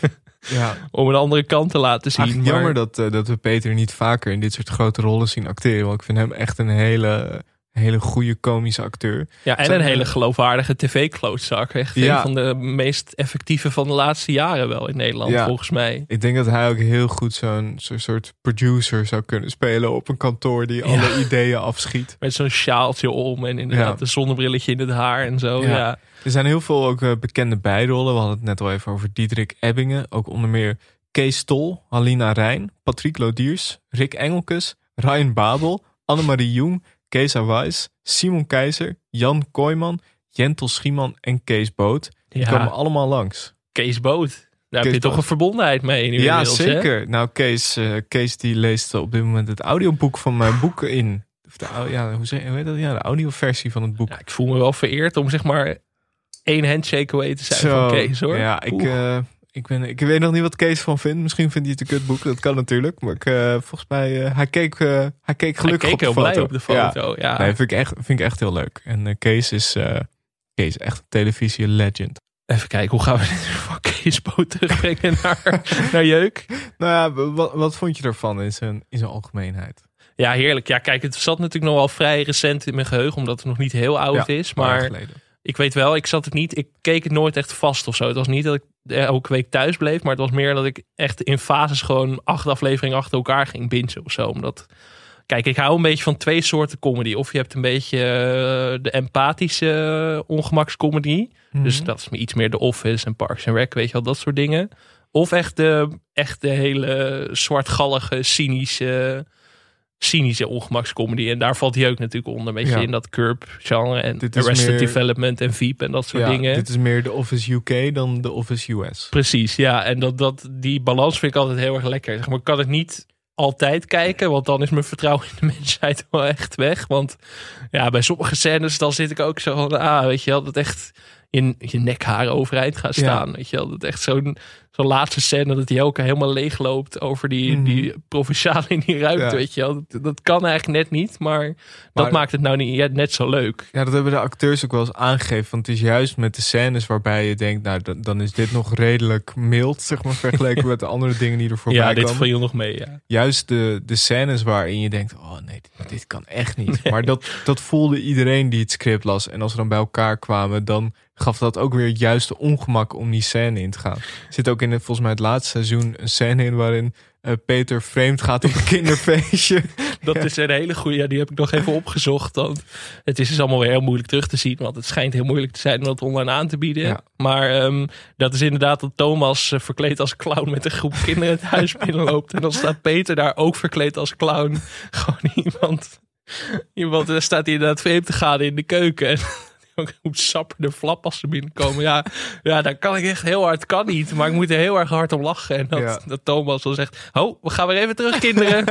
een andere kant te laten zien. Maar...
Jammer dat we Peter niet vaker in dit soort grote rollen zien acteren. Want ik vind hem echt een hele goede komische acteur.
Ja, en een hele geloofwaardige tv-klootzak. Echt een van de meest effectieve van de laatste jaren wel in Nederland, volgens mij.
Ik denk dat hij ook heel goed zo'n soort producer zou kunnen spelen op een kantoor die alle ideeën afschiet.
Met zo'n sjaaltje om en inderdaad een zonnebrilletje in het haar en zo. Ja.
Er zijn heel veel ook bekende bijrollen. We hadden het net al even over Diederik Ebbingen. Ook onder meer Kees Tol, Halina Rijn, Patrick Lodiers, Rick Engelkes, Ryan Babel, Annemarie Jong, Kees Wijs, Simon Keizer, Jan Kooijman, Jentel Schieman en Kees Boot. Die komen allemaal langs.
Kees Boot. Daar heb je toch een verbondenheid mee nu inmiddels,
zeker.
Hè?
Nou, Kees die leest op dit moment het audioboek van mijn boek in. Hoe heet dat? Ja, de audioversie van het boek.
Ja, ik voel me wel vereerd om zeg maar 1 handshake away te zijn van Kees, hoor.
Ja, ik weet nog niet wat Kees van vindt. Misschien vindt hij het een kutboek. Dat kan natuurlijk. Maar volgens mij, hij keek gelukkig op de foto.
Blij op de foto. Ja.
Nee, vind ik echt heel leuk. En Kees is echt een televisie legend.
Even kijken, hoe gaan we dit van Kees Boot terugbrengen naar jeuk?
Nou ja, wat vond je ervan in zijn algemeenheid?
Ja, heerlijk. Ja, kijk, het zat natuurlijk nog wel vrij recent in mijn geheugen, omdat het nog niet heel oud is. Maar ik weet wel, ik keek het nooit echt vast of zo. Het was niet dat ik elke week thuis bleef, maar het was meer dat ik echt in fases gewoon 8 afleveringen achter elkaar ging bingen of zo. Omdat, kijk, ik hou een beetje van 2 soorten comedy. Of je hebt een beetje de empathische ongemakscomedy. Mm-hmm. Dus dat is iets meer The Office en Parks and Rec, weet je wel, dat soort dingen. Of echt de hele zwartgallige, cynische ongemakscomedy. En daar valt Jeuk natuurlijk onder. Een beetje in dat Curb-genre en Arrested Development en Veep en dat soort dingen.
Dit is meer The Office UK dan The Office US.
Precies, ja. En die balans vind ik altijd heel erg lekker. Zeg maar, ik kan het niet altijd kijken, want dan is mijn vertrouwen in de mensheid wel echt weg. Want ja, bij sommige scènes dan zit ik ook zo van, weet je wel, dat echt je nekhaar overeind gaan staan. Ja. Weet je wel, dat echt zo'n laatste scène dat Jelka helemaal leeg loopt over die provinciale in die ruimte, weet je wel. Dat kan eigenlijk net niet, maar dat maakt het nou niet net zo leuk. Ja,
dat hebben de acteurs ook wel eens aangegeven, want het is juist met de scènes waarbij je denkt, nou, dan is dit nog redelijk mild, zeg maar, vergeleken met de andere dingen die er voorbij komen.
Ja, dit viel nog mee, ja.
Juist de scènes waarin je denkt, oh nee, dit kan echt niet. Nee. Maar dat voelde iedereen die het script las. En als we dan bij elkaar kwamen, dan gaf dat ook weer het juiste ongemak om die scène in te gaan. Er zit ook in volgens mij het laatste seizoen een scène in waarin Peter vreemd gaat op een kinderfeestje.
Dat is een hele goede. Ja, die heb ik nog even opgezocht. Want het is dus allemaal weer heel moeilijk terug te zien. Want het schijnt heel moeilijk te zijn om dat online aan te bieden. Ja. Maar dat is inderdaad dat Thomas verkleed als clown met een groep kinderen het huis binnenloopt. En dan staat Peter daar ook verkleed als clown. Gewoon iemand Iemand staat hier inderdaad vreemd te gaan in de keuken. En hoe sapper de flap als ze binnenkomen. Ja, daar kan ik echt heel hard. Kan niet, maar ik moet er heel erg hard om lachen. En dat Thomas dan zegt... Oh, we gaan weer even terug, kinderen.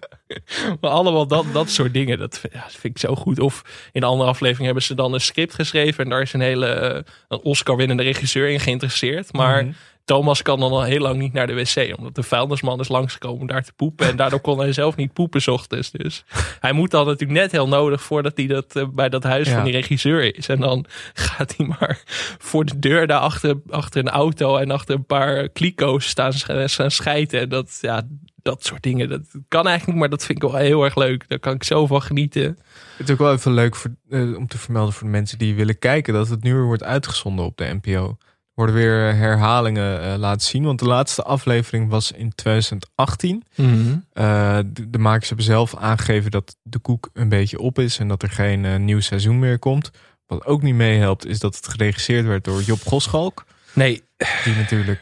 Maar allemaal dat soort dingen. Dat vind ik zo goed. Of in een andere aflevering hebben ze dan een script geschreven. En daar is een Oscar-winnende regisseur in geïnteresseerd. Maar... Thomas kan dan al heel lang niet naar de wc. Omdat de vuilnisman is langsgekomen om daar te poepen. En daardoor kon hij zelf niet poepen 's ochtends. Dus hij moet dan natuurlijk net heel nodig voordat hij bij dat huis van die regisseur is. En dan gaat hij maar voor de deur daar achter een auto en achter een paar kliko's staan schijten. En dat soort dingen. Dat kan eigenlijk niet, maar dat vind ik wel heel erg leuk. Daar kan ik zo van genieten.
Het is ook wel even leuk om te vermelden voor de mensen die willen kijken. Dat het nu weer wordt uitgezonden op de NPO. Worden weer herhalingen laten zien. Want de laatste aflevering was in 2018. Mm-hmm. De makers hebben zelf aangegeven dat de koek een beetje op is. En dat er geen nieuw seizoen meer komt. Wat ook niet meehelpt is dat het geregisseerd werd door Job Goschalk.
Nee.
Die natuurlijk,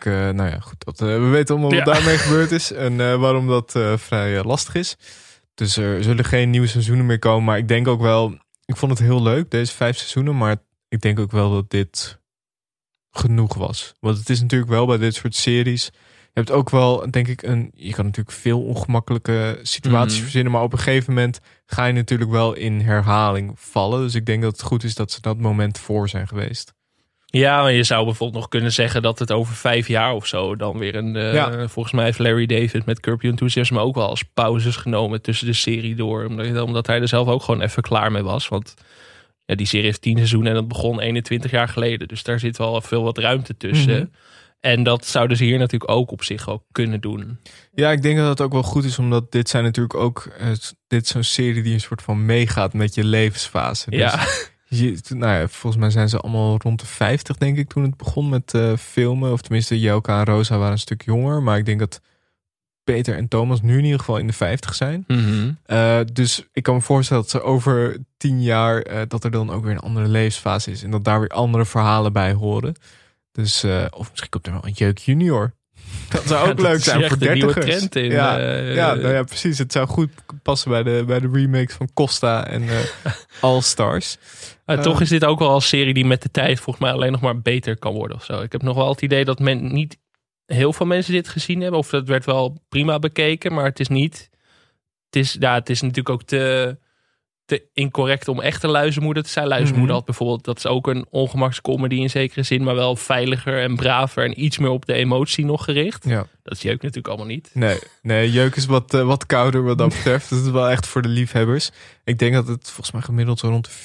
we weten allemaal wat daarmee gebeurd is. En waarom dat vrij lastig is. Dus er zullen geen nieuwe seizoenen meer komen. Maar ik denk ook wel, ik vond het heel leuk, deze 5 seizoenen. Maar ik denk ook wel dat dit genoeg was. Want het is natuurlijk wel bij dit soort series. Je hebt ook wel, denk ik, je kan natuurlijk veel ongemakkelijke situaties verzinnen. Maar op een gegeven moment ga je natuurlijk wel in herhaling vallen. Dus ik denk dat het goed is dat ze dat moment voor zijn geweest.
Ja, maar je zou bijvoorbeeld nog kunnen zeggen dat het over 5 jaar of zo dan weer volgens mij heeft Larry David met Curb Your Enthusiasm ook wel als pauzes genomen tussen de serie door. Omdat hij er zelf ook gewoon even klaar mee was. Want ja, die serie heeft 10 seizoenen en dat begon 21 jaar geleden. Dus daar zit wel veel wat ruimte tussen. Mm-hmm. En dat zouden ze hier natuurlijk ook op zich ook kunnen doen.
Ja, ik denk dat het ook wel goed is. Omdat dit zijn natuurlijk ook... dit is zo'n serie die een soort van meegaat met je levensfase. Dus volgens mij zijn ze allemaal rond de 50, denk ik, toen het begon met filmen. Of tenminste, Jelka en Rosa waren een stuk jonger. Maar ik denk dat Peter en Thomas nu in ieder geval in de 50 zijn. Mm-hmm. Dus ik kan me voorstellen dat ze over 10 jaar... dat er dan ook weer een andere levensfase is. En dat daar weer andere verhalen bij horen. Dus, of misschien komt er wel een Jeuk junior. Dat zou ook leuk zijn voor 30'ers.
Trend in.
Ja, precies. Het zou goed passen bij de remakes van Costa en All Stars.
Toch is dit ook wel een serie die met de tijd volgens mij alleen nog maar beter kan worden of zo. Ik heb nog wel het idee dat niet heel veel mensen dit gezien hebben. Of dat werd wel prima bekeken, maar het is niet... Het is natuurlijk ook te incorrect om echt een luizenmoeder te zijn. Luizenmoeder had bijvoorbeeld, dat is ook een ongemakscomedy in zekere zin, maar wel veiliger en braver en iets meer op de emotie nog gericht. Ja. Dat is Jeuk natuurlijk allemaal niet. Nee, Jeuk is wat kouder wat dat betreft. Dat is wel echt voor de liefhebbers. Ik denk dat het volgens mij gemiddeld zo rond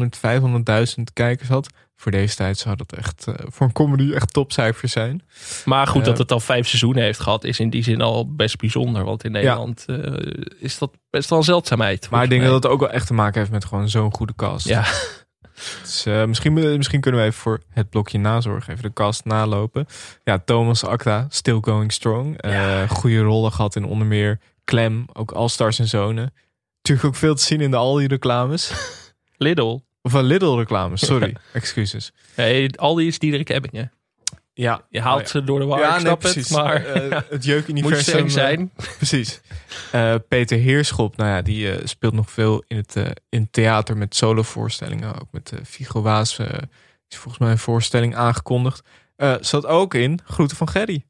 de 400.000, 500.000 kijkers had. Voor deze tijd zou dat echt voor een comedy echt topcijfers zijn. Maar goed, dat het al 5 seizoenen heeft gehad, is in die zin al best bijzonder. Want in Nederland is dat best wel een zeldzaamheid.
Maar ik denk dat het ook wel echt te maken heeft met gewoon zo'n goede cast.
Ja.
Dus misschien kunnen we even voor het blokje nazorg even de cast nalopen. Ja, Thomas Acta, still going strong. Goede rollen gehad in onder meer Clem, ook All Stars en Zonen. Natuurlijk ook veel te zien in de Aldi reclames.
Lidl.
Of een Lidl reclames, sorry. Excuses.
Nee, Aldi is Diederik Ebbingen.
Ja.
Je haalt ze door de war, ik snap het. Maar
het Jeuk-universum.
Moet zijn.
Precies. Peter Heerschop, die speelt nog veel in het theater met solovoorstellingen. Ook met Viggo Waas is volgens mij een voorstelling aangekondigd. Zat ook in Groeten van Gerry.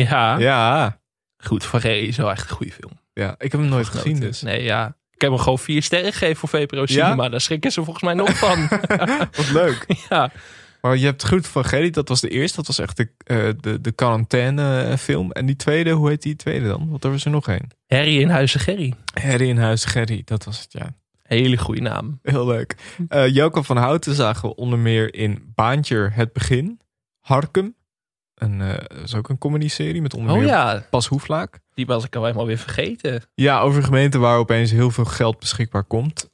Ja. Groeten van Gerry is wel echt een goede film.
Ja, ik heb hem nooit gezien dus.
Nee, ja. Ik heb hem gewoon 4 sterren gegeven voor VPRO Cinema. Daar schrikken ze volgens mij nog van.
Wat leuk.
Ja.
Maar je hebt Groeten van Gerry, dat was de eerste. Dat was echt de quarantaine film. En die tweede, hoe heet die tweede dan? Want er was er nog één.
Harry in Huizen Gerry.
Harry in Huizen Gerry, dat was het, ja.
Hele goede naam.
Heel leuk. Jelka van Houten zagen we onder meer in Baantje Het Begin. Harkum. Dat is ook een comedy-serie met onder meer Pas Hoeflaak.
Die was ik al helemaal weer vergeten.
Ja, over gemeenten waar opeens heel veel geld beschikbaar komt.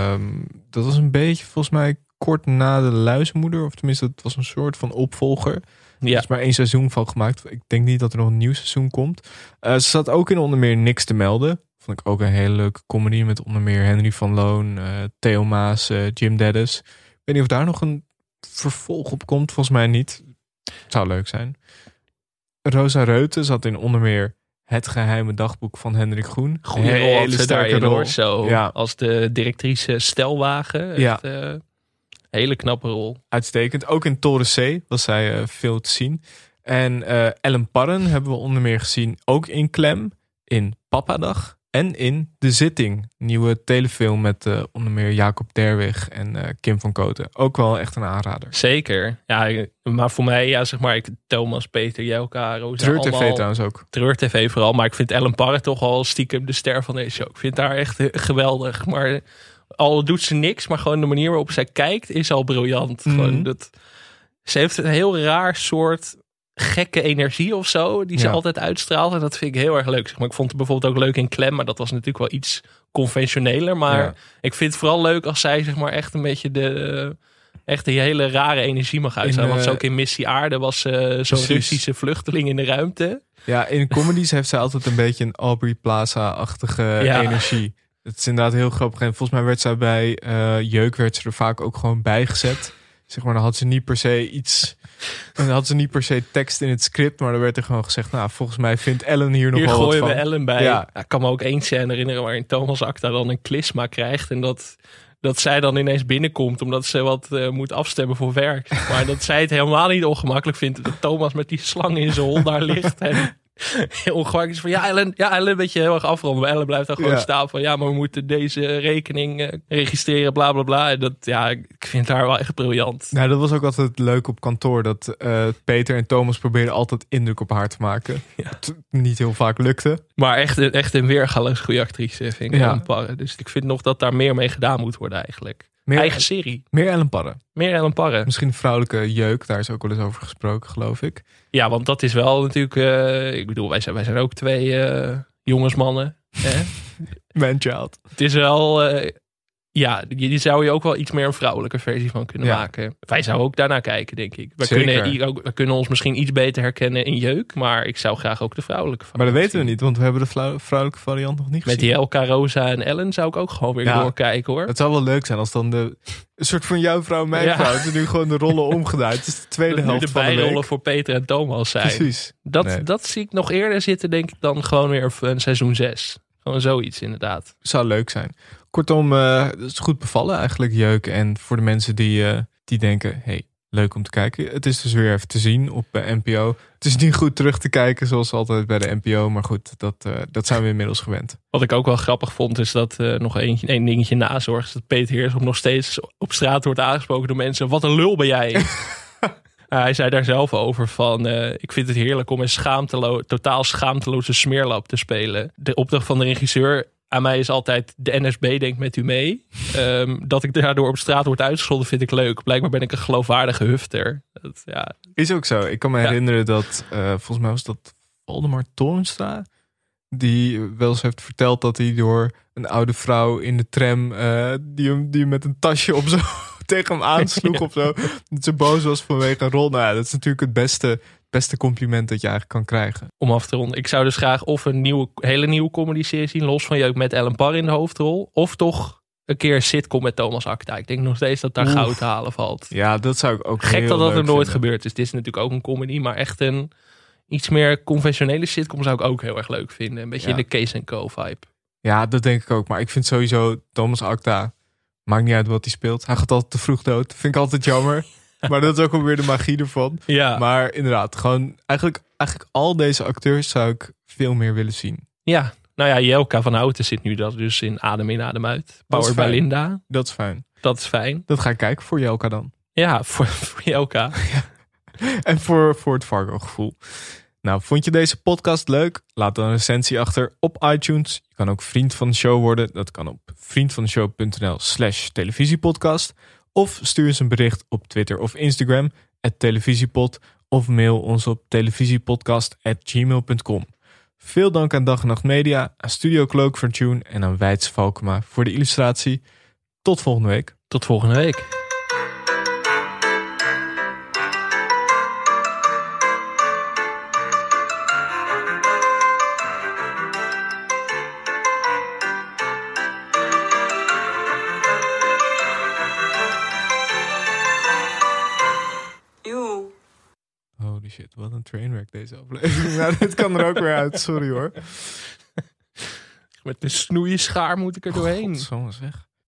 Dat was een beetje volgens mij kort na de Luizenmoeder. Of tenminste, het was een soort van opvolger. Er is maar 1 seizoen van gemaakt. Ik denk niet dat er nog een nieuw seizoen komt. Ze zat ook in onder meer Niks te melden. Vond ik ook een hele leuke comedy met onder meer Henry van Loon, Theo Maas, Jim Dennis. Ik weet niet of daar nog een vervolg op komt. Volgens mij niet. Het zou leuk zijn. Rosa Reuten zat in onder meer Het geheime dagboek van Hendrik Groen.
Goede rol had ze daarin hoor. Zo,
Ja.
als de directrice Stelwagen.
Ja.
Hele knappe rol.
Uitstekend. Ook in Toren C was zij veel te zien. En Ellen Parren hebben we onder meer gezien. Ook in Klem, in Papadag en in De Zitting. Nieuwe telefilm met onder meer Jacob Derwig en Kim van Kooten. Ook wel echt een aanrader.
Zeker. Ja, maar voor mij, ja, zeg maar, Thomas, Peter, Jelka, Rosa.
Treur TV
allemaal,
trouwens ook.
Treur TV vooral. Maar ik vind Ellen Parren toch al stiekem de ster van deze show. Ik vind haar echt geweldig. Maar al doet ze niks, maar gewoon de manier waarop zij kijkt is al briljant. Gewoon ze heeft een heel raar soort gekke energie of zo, die ze altijd uitstraalt. En dat vind ik heel erg leuk. Zeg maar, ik vond het bijvoorbeeld ook leuk in Klem, maar dat was natuurlijk wel iets conventioneler. Maar ik vind het vooral leuk als zij zeg maar echt een beetje die hele rare energie mag uitstralen. Want ook in Missie Aarde was zo'n Russische vluchteling in de ruimte.
Ja, in comedies heeft zij altijd een beetje een Aubrey Plaza-achtige energie. Het is inderdaad heel grappig. En volgens mij werd zij bij Jeuk werd ze er vaak ook gewoon bijgezet. Zeg maar, dan had ze niet per se iets. Dan had ze niet per se tekst in het script, maar dan werd er gewoon gezegd: nou, volgens mij vindt Ellen hier nog wel wat van.
Hier gooien we Ellen bij.
Ja.
Ik kan me ook één scène herinneren waarin Thomas Acta dan een klisma krijgt en dat zij dan ineens binnenkomt omdat ze wat moet afstemmen voor werk. Maar dat zij het helemaal niet ongemakkelijk vindt dat Thomas met die slang in zijn hol daar ligt en heel ongemakkelijk is van Ellen weet je heel erg afronden. Maar Ellen blijft dan gewoon staan van maar we moeten deze rekening registreren, bla bla bla. En dat, ik vind haar wel echt briljant.
Nou, dat was ook altijd leuk op kantoor. Dat Peter en Thomas probeerden altijd indruk op haar te maken. Ja. Het niet heel vaak lukte.
Maar echt een weergaloos goede actrice vind ik Ellen Parren. Dus ik vind nog dat daar meer mee gedaan moet worden eigenlijk. Eigen serie.
Meer Ellen Parren.
Meer Ellen Parren.
Misschien vrouwelijke jeuk, daar is ook wel eens over gesproken, geloof ik.
Ja, want dat is wel natuurlijk... ik bedoel, wij zijn ook twee jongensmannen.
Man-child.
Het is wel... die zou je ook wel iets meer een vrouwelijke versie van kunnen maken. Wij zouden ook daarnaar kijken, denk ik. We kunnen ons misschien iets beter herkennen in jeuk. Maar ik zou graag ook de vrouwelijke variant.
Maar dat weten we niet, want we hebben de vrouwelijke variant nog niet gezien.
Met die Elka, Rosa en Ellen zou ik ook gewoon weer doorkijken, hoor.
Het zou wel leuk zijn als dan een soort van jouw vrouw, mijn vrouw. Het is nu gewoon de rollen omgedraaid. Het is de tweede helft van de week.
De bijrollen voor Peter en Thomas zijn.
Precies.
Dat zie ik nog eerder zitten, denk ik, dan gewoon weer een seizoen 6. Gewoon zoiets, inderdaad.
Zou leuk zijn. Kortom, het is goed bevallen eigenlijk, jeuk. En voor de mensen die denken, hey, leuk om te kijken. Het is dus weer even te zien op NPO. Het is niet goed terug te kijken zoals altijd bij de NPO. Maar goed, dat zijn we inmiddels gewend.
Wat ik ook wel grappig vond is dat nog één dingetje nazorg is dat Peter Heerschop nog steeds op straat wordt aangesproken door mensen. Wat een lul ben jij. Hij zei daar zelf over van, ik vind het heerlijk om een totaal schaamteloze smeerlap te spelen. De opdracht van de regisseur aan mij is altijd, de NSB denkt met u mee. Dat ik daardoor op straat word uitgescholden vind ik leuk. Blijkbaar ben ik een geloofwaardige hufter.
Is ook zo. Ik kan me herinneren dat, volgens mij was dat Valdemar Toornstra, die wel eens heeft verteld dat hij door een oude vrouw in de tram, die met een tasje op zo tegen hem aansloeg of zo. Dat ze boos was vanwege een rol. Nou ja, dat is natuurlijk het beste compliment dat je eigenlijk kan krijgen.
Om af te ronden. Ik zou dus graag of een hele nieuwe comedy-serie zien, los van jeuk met Ellen Parr in de hoofdrol. Of toch een keer een sitcom met Thomas Acta. Ik denk nog steeds dat daar goud te halen valt.
Ja, dat zou ik ook
gek
heel
dat er nooit
vinden.
gebeurd is. Het is natuurlijk ook een comedy, maar echt een iets meer conventionele sitcom zou ik ook heel erg leuk vinden. Een beetje in de Case & Co vibe. Ja,
dat denk ik ook. Maar ik vind sowieso Thomas Acta, maakt niet uit wat hij speelt. Hij gaat altijd te vroeg dood. Vind ik altijd jammer. Maar dat is ook alweer de magie ervan.
Ja.
Maar inderdaad, gewoon eigenlijk al deze acteurs zou ik veel meer willen zien.
Ja, nou ja, Jelka van Houten zit nu dus in Adem in, Adem uit. Power by Linda.
Dat is fijn.
Dat is fijn.
Dat ga ik kijken voor Jelka dan.
Ja, voor Jelka.
Ja. En voor het Fargo gevoel. Nou, vond je deze podcast leuk? Laat dan een recensie achter op iTunes. Je kan ook vriend van de show worden. Dat kan op vriendvandeshow.nl/televisiepodcast. Of stuur eens een bericht op Twitter of Instagram @televisiepod. Of mail ons op televisiepodcast@gmail.com. Veel dank aan Dag en Nacht Media, aan Studio Cloak for Tune en aan Weits Valkema voor de illustratie. Tot volgende week.
Tot volgende week.
Joe.
Oh, Holy shit, wat een trainwreck deze aflevering. Nou, dit kan er ook weer uit, sorry hoor.
Met de snoeienschaar moet ik er doorheen.
Godsamme zeg.